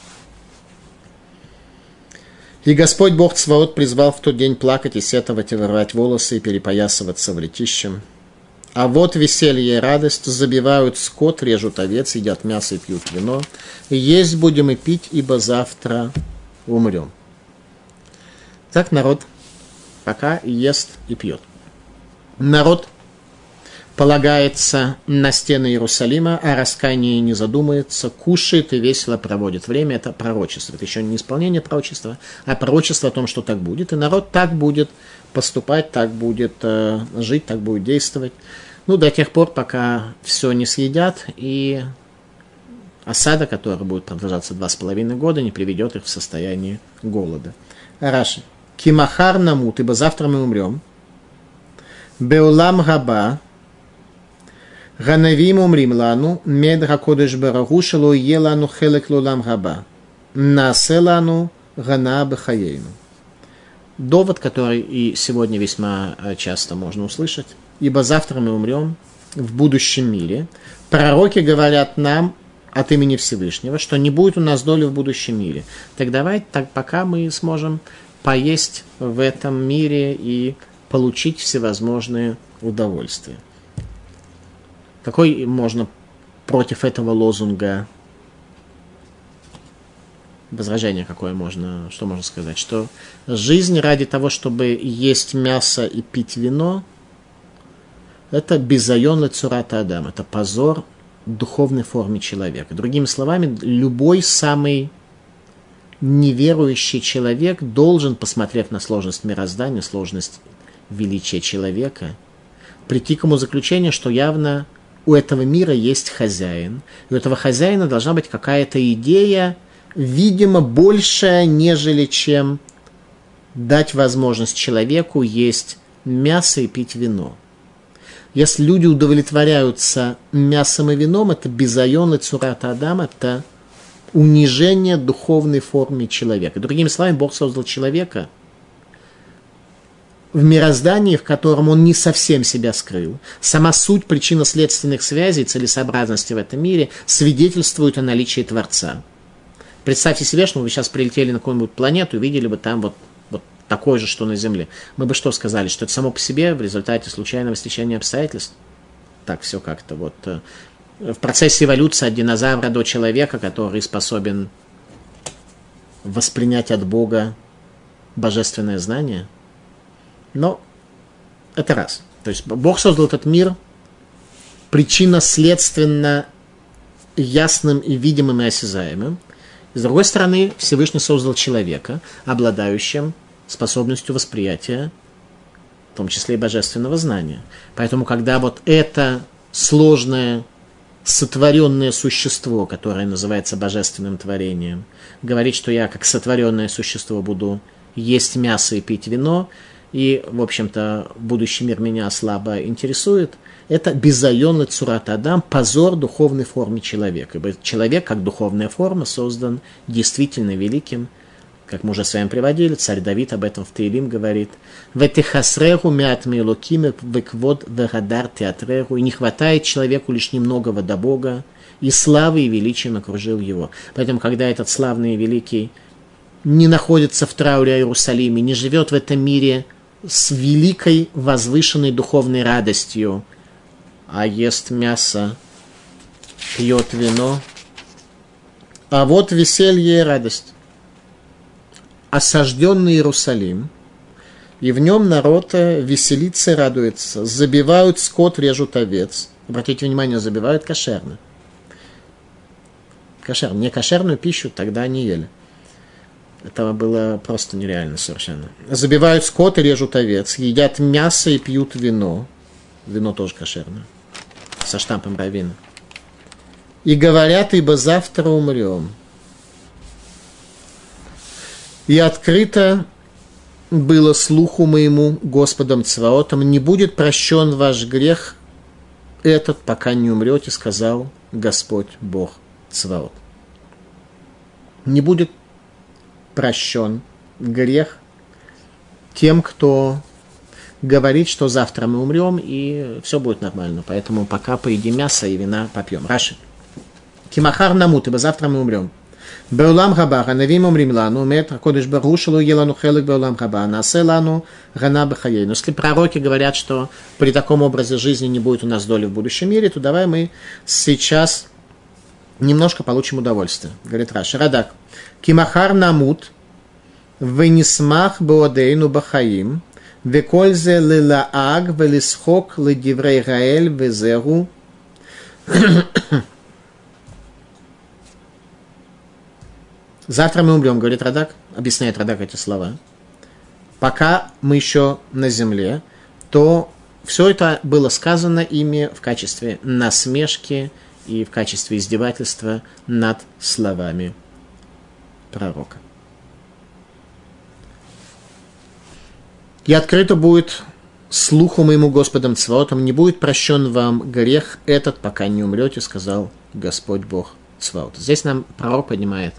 S1: И Господь Бог Цваот призвал в тот день плакать и сетовать, и вырвать волосы, и перепоясываться влетищем. А вот веселье и радость, забивают скот, режут овец, едят мясо и пьют вино. И есть будем и пить, ибо завтра умрем. Так народ пока ест и пьет. Народ полагается на стены Иерусалима, о раскаянии не задумается, кушает и весело проводит время. Это пророчество. Это еще не исполнение пророчества, а пророчество о том, что так будет. И народ так будет поступать, так будет э, жить, так будет действовать. Ну, до тех пор, пока все не съедят, и осада, которая будет продолжаться два с половиной года, не приведет их в состояние голода. Раши. Кимахар намут, ибо завтра мы умрем. Беулам габа. Ганавим умрим лану. Мед хакодеш барагу шело елану хелек лулам габа. Насе лану гана бехаейну. Довод, который и сегодня весьма часто можно услышать. Ибо завтра мы умрем в будущем мире. Пророки говорят нам от имени Всевышнего, что не будет у нас доли в будущем мире. Так давайте, так пока мы сможем поесть в этом мире и получить всевозможные удовольствия. Какой можно против этого лозунга возражение какое можно, что можно сказать? Что жизнь ради того, чтобы есть мясо и пить вино, это безайон лецурата Адам, это позор духовной форме человека. Другими словами, любой самый неверующий человек должен, посмотрев на сложность мироздания, сложность величия человека, прийти к тому заключению, что явно у этого мира есть хозяин. И у этого хозяина должна быть какая-то идея, видимо, большая, нежели чем дать возможность человеку есть мясо и пить вино. Если люди удовлетворяются мясом и вином, это безайон и цурата Адам, это унижение духовной формы человека. Другими словами, Бог создал человека в мироздании, в котором он не совсем себя скрыл. Сама суть причинно-следственных связей, целесообразности в этом мире свидетельствует о наличии Творца. Представьте себе, что вы сейчас прилетели на какую-нибудь планету и видели бы там вот, вот такое же, что на Земле. Мы бы что сказали? Что это само по себе в результате случайного стечения обстоятельств? Так все как-то вот. В процессе эволюции от динозавра до человека, который способен воспринять от Бога божественное знание. Но Это раз. То есть Бог создал этот мир причинно-следственно ясным и видимым и осязаемым. И с другой стороны, Всевышний создал человека, обладающим способностью восприятия, в том числе и божественного знания. Поэтому, когда вот это сложное, сотворенное существо, которое называется божественным творением, говорит, что я как сотворенное существо буду есть мясо и пить вино, и, в общем-то, будущий мир меня слабо интересует, это безайонный цурат Адам, позор духовной форме человека. Ибо человек, как духовная форма, создан действительно великим, как мы уже с вами приводили, царь Давид об этом в Теилим говорит, «Ветехасреху мят мейлоким веквод вегадар театреху», и не хватает человеку лишь немногого до Бога, и славы и величием окружил его. Поэтому, когда этот славный и великий не находится в трауре о Иерусалиме, не живет в этом мире с великой возвышенной духовной радостью, а ест мясо, пьет вино, а вот веселье и радость. Осажденный Иерусалим, и в нем народ веселится и радуется. Забивают скот, режут овец. Обратите внимание, забивают кошерно. Кошерно. Не кошерную пищу тогда не ели. Это было просто нереально совершенно. Забивают скот и режут овец. Едят мясо и пьют вино. Вино тоже кошерное. Со штампом раввина. И говорят, ибо завтра умрем. И открыто было слуху моему Господом Цваотом, не будет прощен ваш грех этот, пока не умрете, сказал Господь Бог Цваот. Не будет прощен грех тем, кто говорит, что завтра мы умрем, и все будет нормально. Поэтому пока поедим мясо и вина попьем. Раши. Кимахар намут, ибо завтра мы умрем. Беулам хаба, ханавим умрим лану, мет кодыш барушалу елану хелек беулам хаба, насе лану гана бахаей. Но если пророки говорят, что при таком образе жизни не будет у нас доли в будущем мире, то давай мы сейчас немножко получим удовольствие. Говорит Раши. Радак. Кимахар намут, венисмах беодейну бахаим, векользе лилааг, велисхок лидиврей гаэль, везеру. Завтра мы умрем, говорит Радак, объясняет Радак эти слова. Пока мы еще на земле, то все это было сказано ими в качестве насмешки и в качестве издевательства над словами пророка. И открыто будет слуху моему Господом Цваотом, не будет прощен вам грех этот, пока не умрете, сказал Господь Бог Цваот. Здесь нам пророк поднимает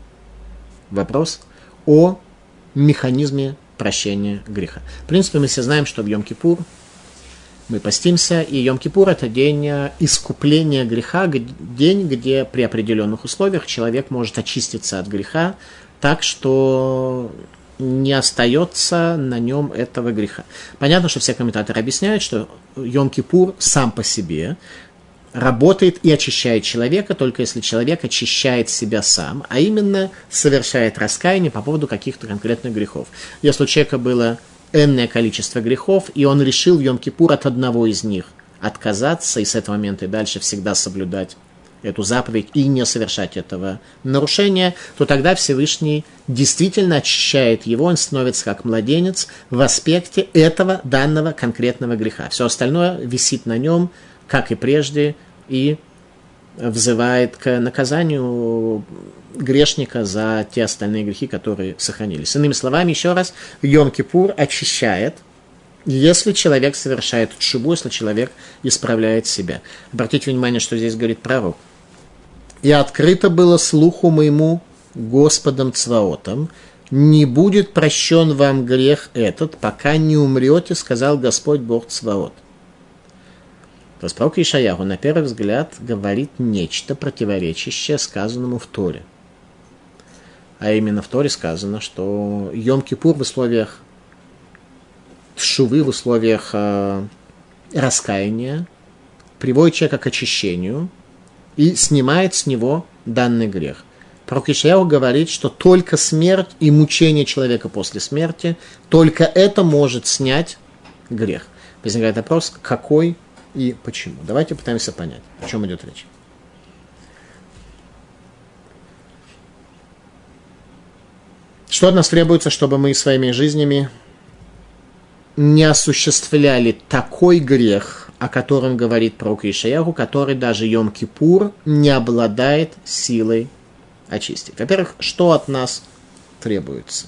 S1: вопрос о механизме прощения греха. В принципе, мы все знаем, что в Йом-Кипур мы постимся, и Йом-Кипур – это день искупления греха, день, где при определенных условиях человек может очиститься от греха так, что не остается на нем этого греха. Понятно, что все комментаторы объясняют, что Йом-Кипур сам по себе работает и очищает человека, только если человек очищает себя сам, а именно совершает раскаяние по поводу каких-то конкретных грехов. Если у человека было энное количество грехов, и он решил в Йом-Кипур от одного из них отказаться, и с этого момента и дальше всегда соблюдать эту заповедь и не совершать этого нарушения, то тогда Всевышний действительно очищает его, он становится как младенец в аспекте этого данного конкретного греха. Все остальное висит на нем, как и прежде, и взывает к наказанию грешника за те остальные грехи, которые сохранились. Иными словами, еще раз, Йом-Кипур очищает, если человек совершает тшуву, если человек исправляет себя. Обратите внимание, что здесь говорит пророк. «И открыто было слуху моему Господом Цваотом, не будет прощен вам грех этот, пока не умрете, сказал Господь Бог Цваот». То есть пророк Ишаяху на первый взгляд говорит нечто противоречащее сказанному в Торе. А именно в Торе сказано, что Йом-Кипур в условиях тшувы, в условиях э, раскаяния приводит человека к очищению и снимает с него данный грех. Пророк Ишаяху говорит, что только смерть и мучение человека после смерти, только это может снять грех. Возникает вопрос, какой и почему. Давайте пытаемся понять, о чем идет речь. Что от нас требуется, чтобы мы своими жизнями не осуществляли такой грех, о котором говорит пророк Ишаяху, который даже Йом-Кипур не обладает силой очистить. Во-первых, что от нас требуется?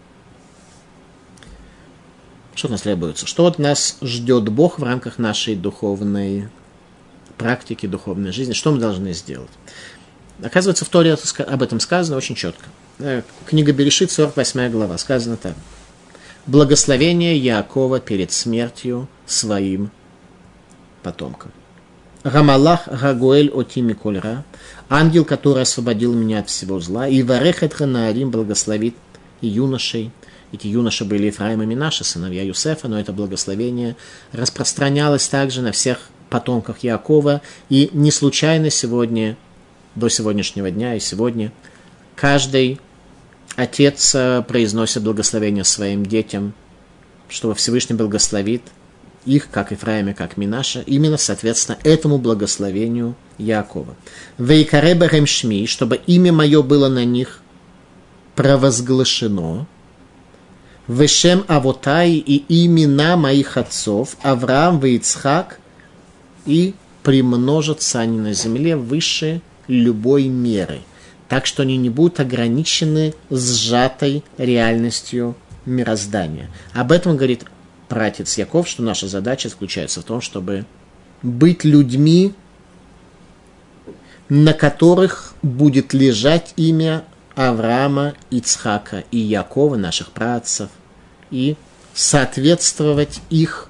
S1: Что от нас требуется? Что от нас ждет Бог в рамках нашей духовной практики, духовной жизни? Что мы должны сделать? Оказывается, в Торе об этом сказано очень четко. Книга Берешит, сорок восьмая глава, сказано так. Благословение Яакова перед смертью своим потомкам. Рамалах Гагуэль оти миколь ра, ангел, который освободил меня от всего зла, и варехет ханаарим, благословит и юношей. Эти юноши были Ефраим и Минаша, сыновья Юсефа, но это благословение распространялось также на всех потомках Яакова, и не случайно сегодня, до сегодняшнего дня и сегодня, каждый отец произносит благословение своим детям, чтобы Всевышний благословит их, как Ефраима, как Минаша, именно, соответственно, этому благословению Яакова. «Вейкаре бэхэм шми», чтобы имя мое было на них провозглашено, «Вэшем авотай», и имена моих отцов, Авраам, Ицхак, и примножатся они на земле выше любой меры, так что они не будут ограничены сжатой реальностью мироздания. Об этом говорит праотец Яков, что наша задача заключается в том, чтобы быть людьми, на которых будет лежать имя Авраама, Ицхака и Якова, наших праотцев, и соответствовать их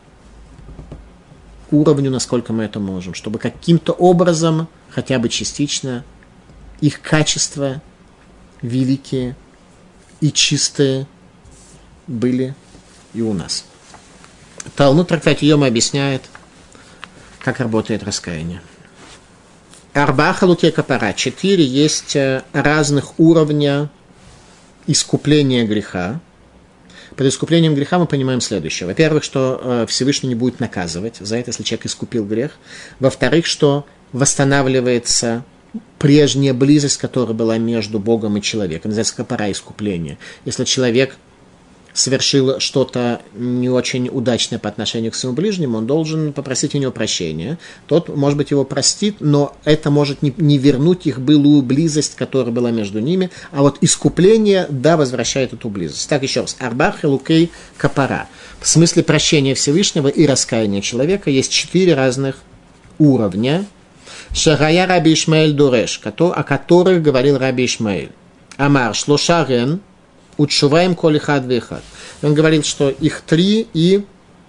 S1: уровню, насколько мы это можем, чтобы каким-то образом, хотя бы частично, их качества великие и чистые были и у нас. Талмуд в трактате Йома объясняет, как работает раскаяние. Арба халуке капара. Четыре есть разных уровня искупления греха. Под искуплением греха мы понимаем следующее. Во-первых, что Всевышний не будет наказывать за это, если человек искупил грех. Во-вторых, что восстанавливается прежняя близость, которая была между Богом и человеком. Называется капара, искупление. Если человек совершил что-то не очень удачное по отношению к своему ближнему, он должен попросить у него прощения. Тот, может быть, его простит, но это может не, не вернуть их былую близость, которая была между ними. А вот искупление, да, возвращает эту близость. Так, еще раз. Арба хелукей капара. В смысле прощения Всевышнего и раскаяния человека есть четыре разных уровня. Шагая Раби Ишмаэль Дуреш, о которых говорил Раби Ишмаэль. Амар шлошарен, учуваем коли хад вехад. Он говорил, что их три, и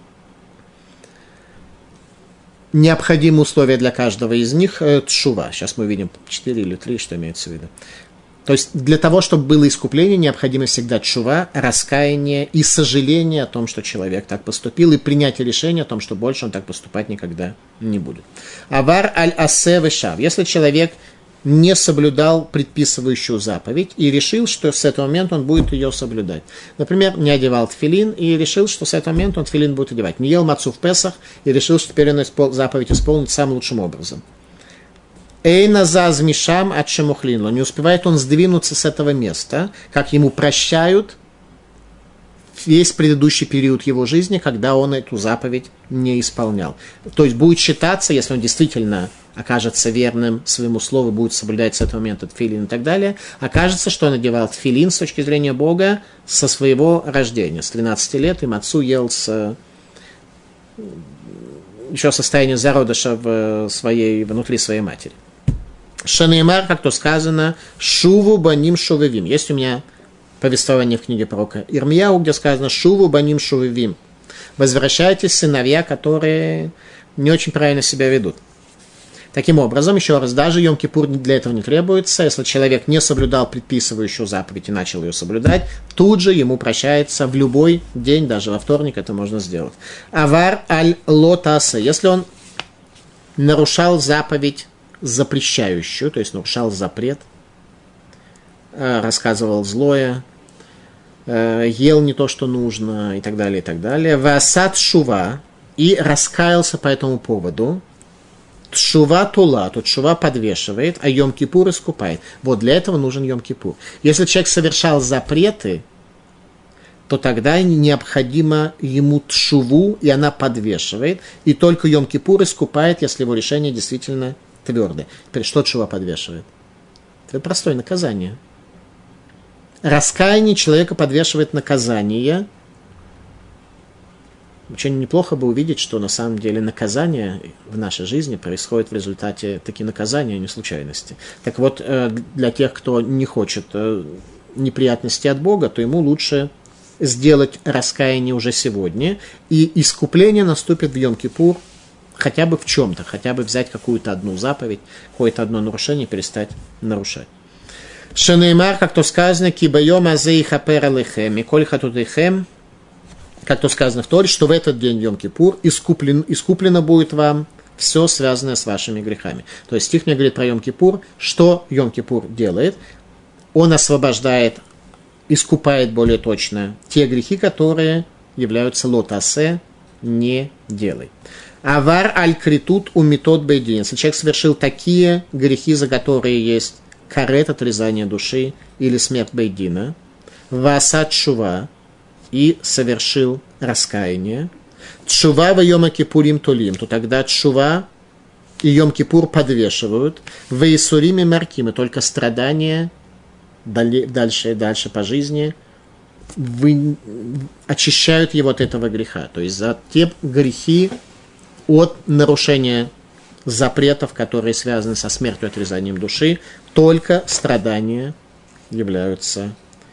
S1: необходимые условия для каждого из них – тшува. Сейчас мы увидим четыре или три, что имеется в виду. То есть для того, чтобы было искупление, необходимо всегда тшува, раскаяние и сожаление о том, что человек так поступил, и принятие решения о том, что больше он так поступать никогда не будет. Авар аль-асе вешав. Если человек не соблюдал предписывающую заповедь и решил, что с этого момента он будет ее соблюдать. Например, не одевал тфилин и решил, что с этого момента он тфилин будет одевать. Не ел мацу в Песах и решил, что теперь он заповедь исполнит самым лучшим образом. Эйна заз мишам от шемухлинло. Не успевает он сдвинуться с этого места, как ему прощают весь предыдущий период его жизни, когда он эту заповедь не исполнял. То есть будет считаться, если он действительно окажется верным своему слову, будет соблюдать с этого момента тфилин и так далее, окажется, что он одевал тфилин с точки зрения Бога со своего рождения, с тринадцати лет, и мацу ел с еще состояние зародыша в своей, внутри своей матери. Шанеймар, как то сказано, шуву баним шувевим. Есть у меня повествование в книге пророка Ирмияу, где сказано шуву баним шувевим. Возвращайтесь, сыновья, которые не очень правильно себя ведут. Таким образом, еще раз, даже Йом-Кипур для этого не требуется. Если человек не соблюдал предписывающую заповедь и начал ее соблюдать, тут же ему прощается в любой день, даже во вторник это можно сделать. Авар аль-лотаса. Если он нарушал заповедь запрещающую, то есть нарушал запрет, рассказывал злое, ел не то, что нужно, и так далее, и так далее. Васад шува. и раскаялся по этому поводу, тшува тула, то тшува подвешивает, а Йом-Кипур искупает. Вот для этого нужен Йом-Кипур. Если человек совершал запреты, то тогда необходимо ему тшуву, и она подвешивает, и только Йом-Кипур искупает, если его решение действительно твердое. Теперь что тшува подвешивает? Это простое наказание. Раскаяние человека подвешивает наказание. Очень неплохо бы увидеть, что на самом деле наказание в нашей жизни происходит в результате таки наказания, а не случайности. Так вот, для тех, кто не хочет неприятностей от Бога, то ему лучше сделать раскаяние уже сегодня, и искупление наступит в Йом-Кипур хотя бы в чем-то, хотя бы взять какую-то одну заповедь, какое-то одно нарушение, перестать нарушать. Шенеймар, как то сказано, кибайом азей хапер алейхем, и коль хатутейхем, как то сказано в Торе, что в этот день Йом-Кипур искуплен, искуплено будет вам все связанное с вашими грехами. То есть стих мне говорит про Йом-Кипур. Что Йом-Кипур делает? Он освобождает, искупает более точно те грехи, которые являются лотасе, не делай. Авар аль-критут умитот бейдин. Если человек совершил такие грехи, за которые есть карет, отрезание души, или смерть бейдина, васад шува, и совершил раскаяние, тшува в Йом-Кипурим толим, то тогда тшува и Йом-Кипур подвешивают, в Исурим и Марким, и только страдания дальше и дальше по жизни вы, очищают его от этого греха. То есть за те грехи от нарушения запретов, которые связаны со смертью и отрезанием души, только страдания являются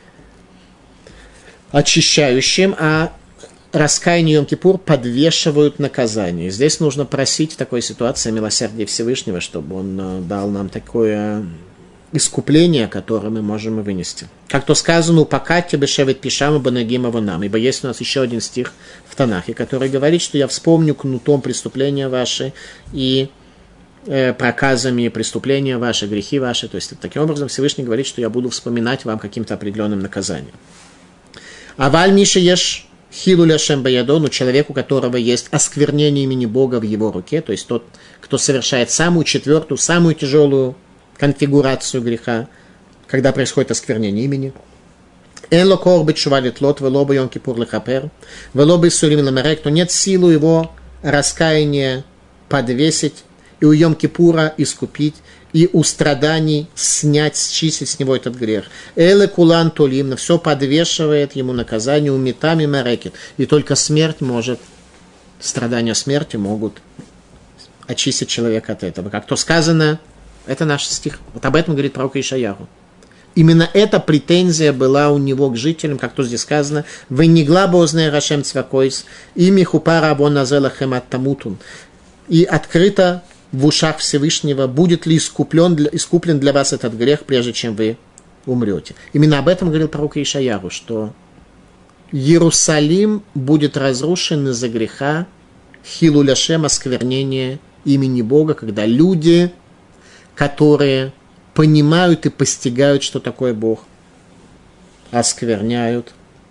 S1: очищающим, а раскаяние Йом-Кипур подвешивают наказание. Здесь нужно просить в такой ситуации милосердия Всевышнего, чтобы он дал нам такое искупление, которое мы можем вынести. Как то сказано, упакатьте бешевет пишама банагима ванам, ибо есть у нас еще один стих в Танахе, который говорит, что я вспомню кнутом преступления ваши и э, проказами преступления ваши, грехи ваши. То есть таким образом Всевышний говорит, что я буду вспоминать вам каким-то определенным наказанием. Аваль Миша ешь хилу ляшем баядону, человеку, у которого есть осквернение имени Бога в его руке, то есть тот, кто совершает самую четвертую, самую тяжелую конфигурацию греха, когда происходит осквернение имени. Эло корбит шувалит лот, вело бы Йом-Кипур лехапер, вело бы Исурим ламерек, но нет силы его раскаяния подвесить и у Йом-Кипура искупить, и у страданий снять, счистить с него этот грех. Эле кулан толим, все подвешивает ему наказание, уметами мерекет. И только смерть может, страдания смерти могут очистить человека от этого. Как то сказано, это наш стих. Вот об этом говорит пророк Ишаяху. Именно эта претензия была у него к жителям, как то здесь сказано, «Венигла бозне рашем цвакойс, ими хупара абон назела хемат тамутун». И открыто в ушах Всевышнего, будет ли искуплен для, искуплен для вас этот грех, прежде чем вы умрете. Именно об этом говорил пророк Ишаяху, что Иерусалим будет разрушен из-за греха хилу ляшем, осквернения имени Бога, когда люди, которые понимают и постигают, что такое Бог, оскверняют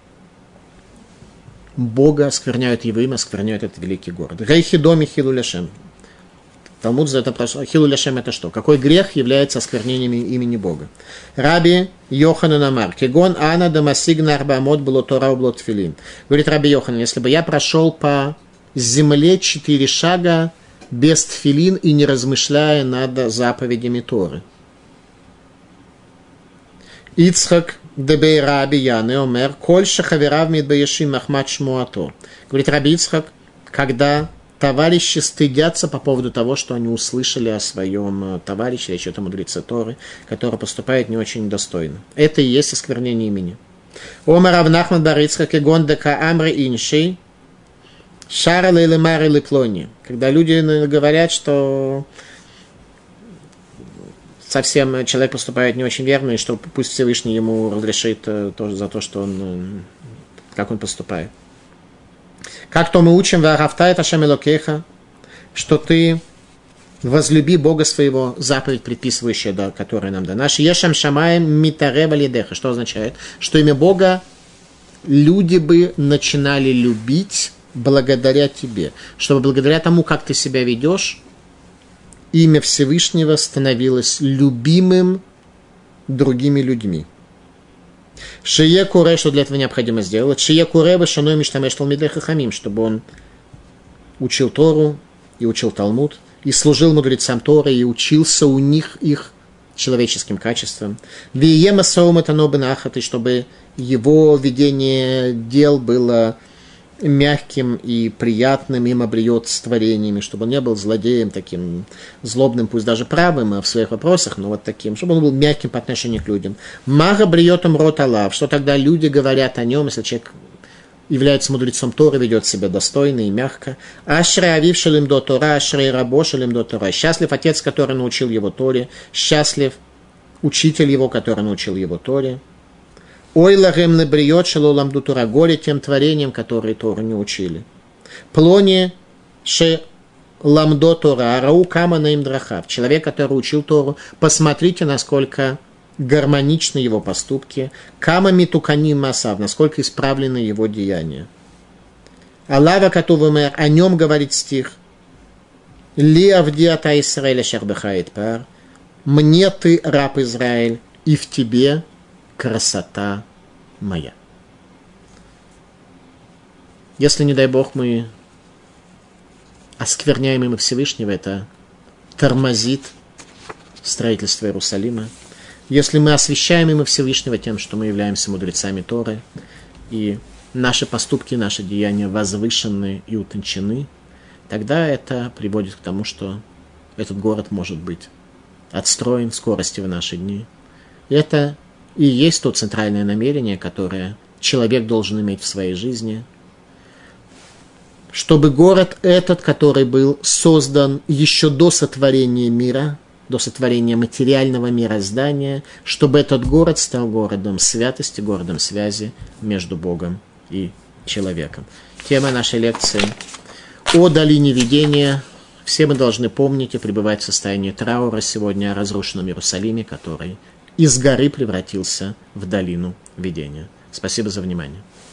S1: Бога, оскверняют его имя, оскверняют этот великий город. Рейхидоми хилу ляшем. Талмуд за это прошло. Хилу ляшем это что? Какой грех является осквернением имени Бога? Раби Йоханан Амар. Кегон ана дамасигна арбамот было тора облот филин. Говорит Раби Йоханан, если бы я прошел по земле четыре шага без тфилин и не размышляя над заповедями Торы. Ицхак дебей Раби Яны омер, коль шахаверав мидбаешим махмат шмуато. Говорит Раби Ицхак, когда товарищи стыдятся по поводу того, что они услышали о своем товарище, речь идет о мудреце Торы, который поступает не очень достойно. Это и есть осквернение имени. Омар Авнахман бар Ицхак эгон дека амри иншей шара лейлемар леплони. Когда люди говорят, что совсем человек поступает не очень верно, и что пусть Всевышний ему разрешит тоже за то, что он, как он поступает. Как то мы учим, варафтай ташем элокеха, что ты возлюби Бога своего, заповедь предписывающая, да, которая нам дана. Ешам шамаем митарева лидеха, что означает, что имя Бога люди бы начинали любить благодаря тебе, чтобы благодаря тому, как ты себя ведешь, имя Всевышнего становилось любимым другими людьми. Шие куре, что для этого необходимо сделать? Шие куре башаной миштамеш талмидей хахамим, чтобы он учил Тору и учил Талмуд, и служил мудрецам Торы, и учился у них их человеческим качествам. Виема сауматано бенахат, и чтобы его ведение дел было мягким и приятным, им обреет с творениями, чтобы он не был злодеем таким злобным, пусть даже правым в своих вопросах, но вот таким, чтобы он был мягким по отношению к людям. Мага бриотом рот алав, что тогда люди говорят о нем, если человек является мудрецом Торы, ведет себя достойно и мягко. Ашрей авившелем до Тора, ашрей рабошелем до Тора. Счастлив отец, который научил его Торе, счастлив учитель его, который научил его Торе. Ой лагем набриет шелоламду Тора, горе тем творениям, которые Тору не учили. Плони ше ламдо Тора, арау кама наим драхав. Человек, который учил Тору, посмотрите, насколько гармоничны его поступки. Кама митуканим масав, насколько исправлены его деяния. Аллава катувымэр, о нем говорит стих. Ли авдиата Исраэля шарбехает пар. Мне ты, раб Израиль, и в тебе красота моя. Если, не дай Бог, мы оскверняем имя Всевышнего, это тормозит строительство Иерусалима. Если мы освящаем имя Всевышнего тем, что мы являемся мудрецами Торы, и наши поступки, наши деяния возвышены и утончены, тогда это приводит к тому, что этот город может быть отстроен в скорости в наши дни. И это и есть то центральное намерение, которое человек должен иметь в своей жизни, чтобы город этот, который был создан еще до сотворения мира, до сотворения материального мироздания, чтобы этот город стал городом святости, городом связи между Богом и человеком. Тема нашей лекции о долине видения. Все мы должны помнить и пребывать в состоянии траура сегодня о разрушенном Иерусалиме, который из горы превратился в долину видения. Спасибо за внимание.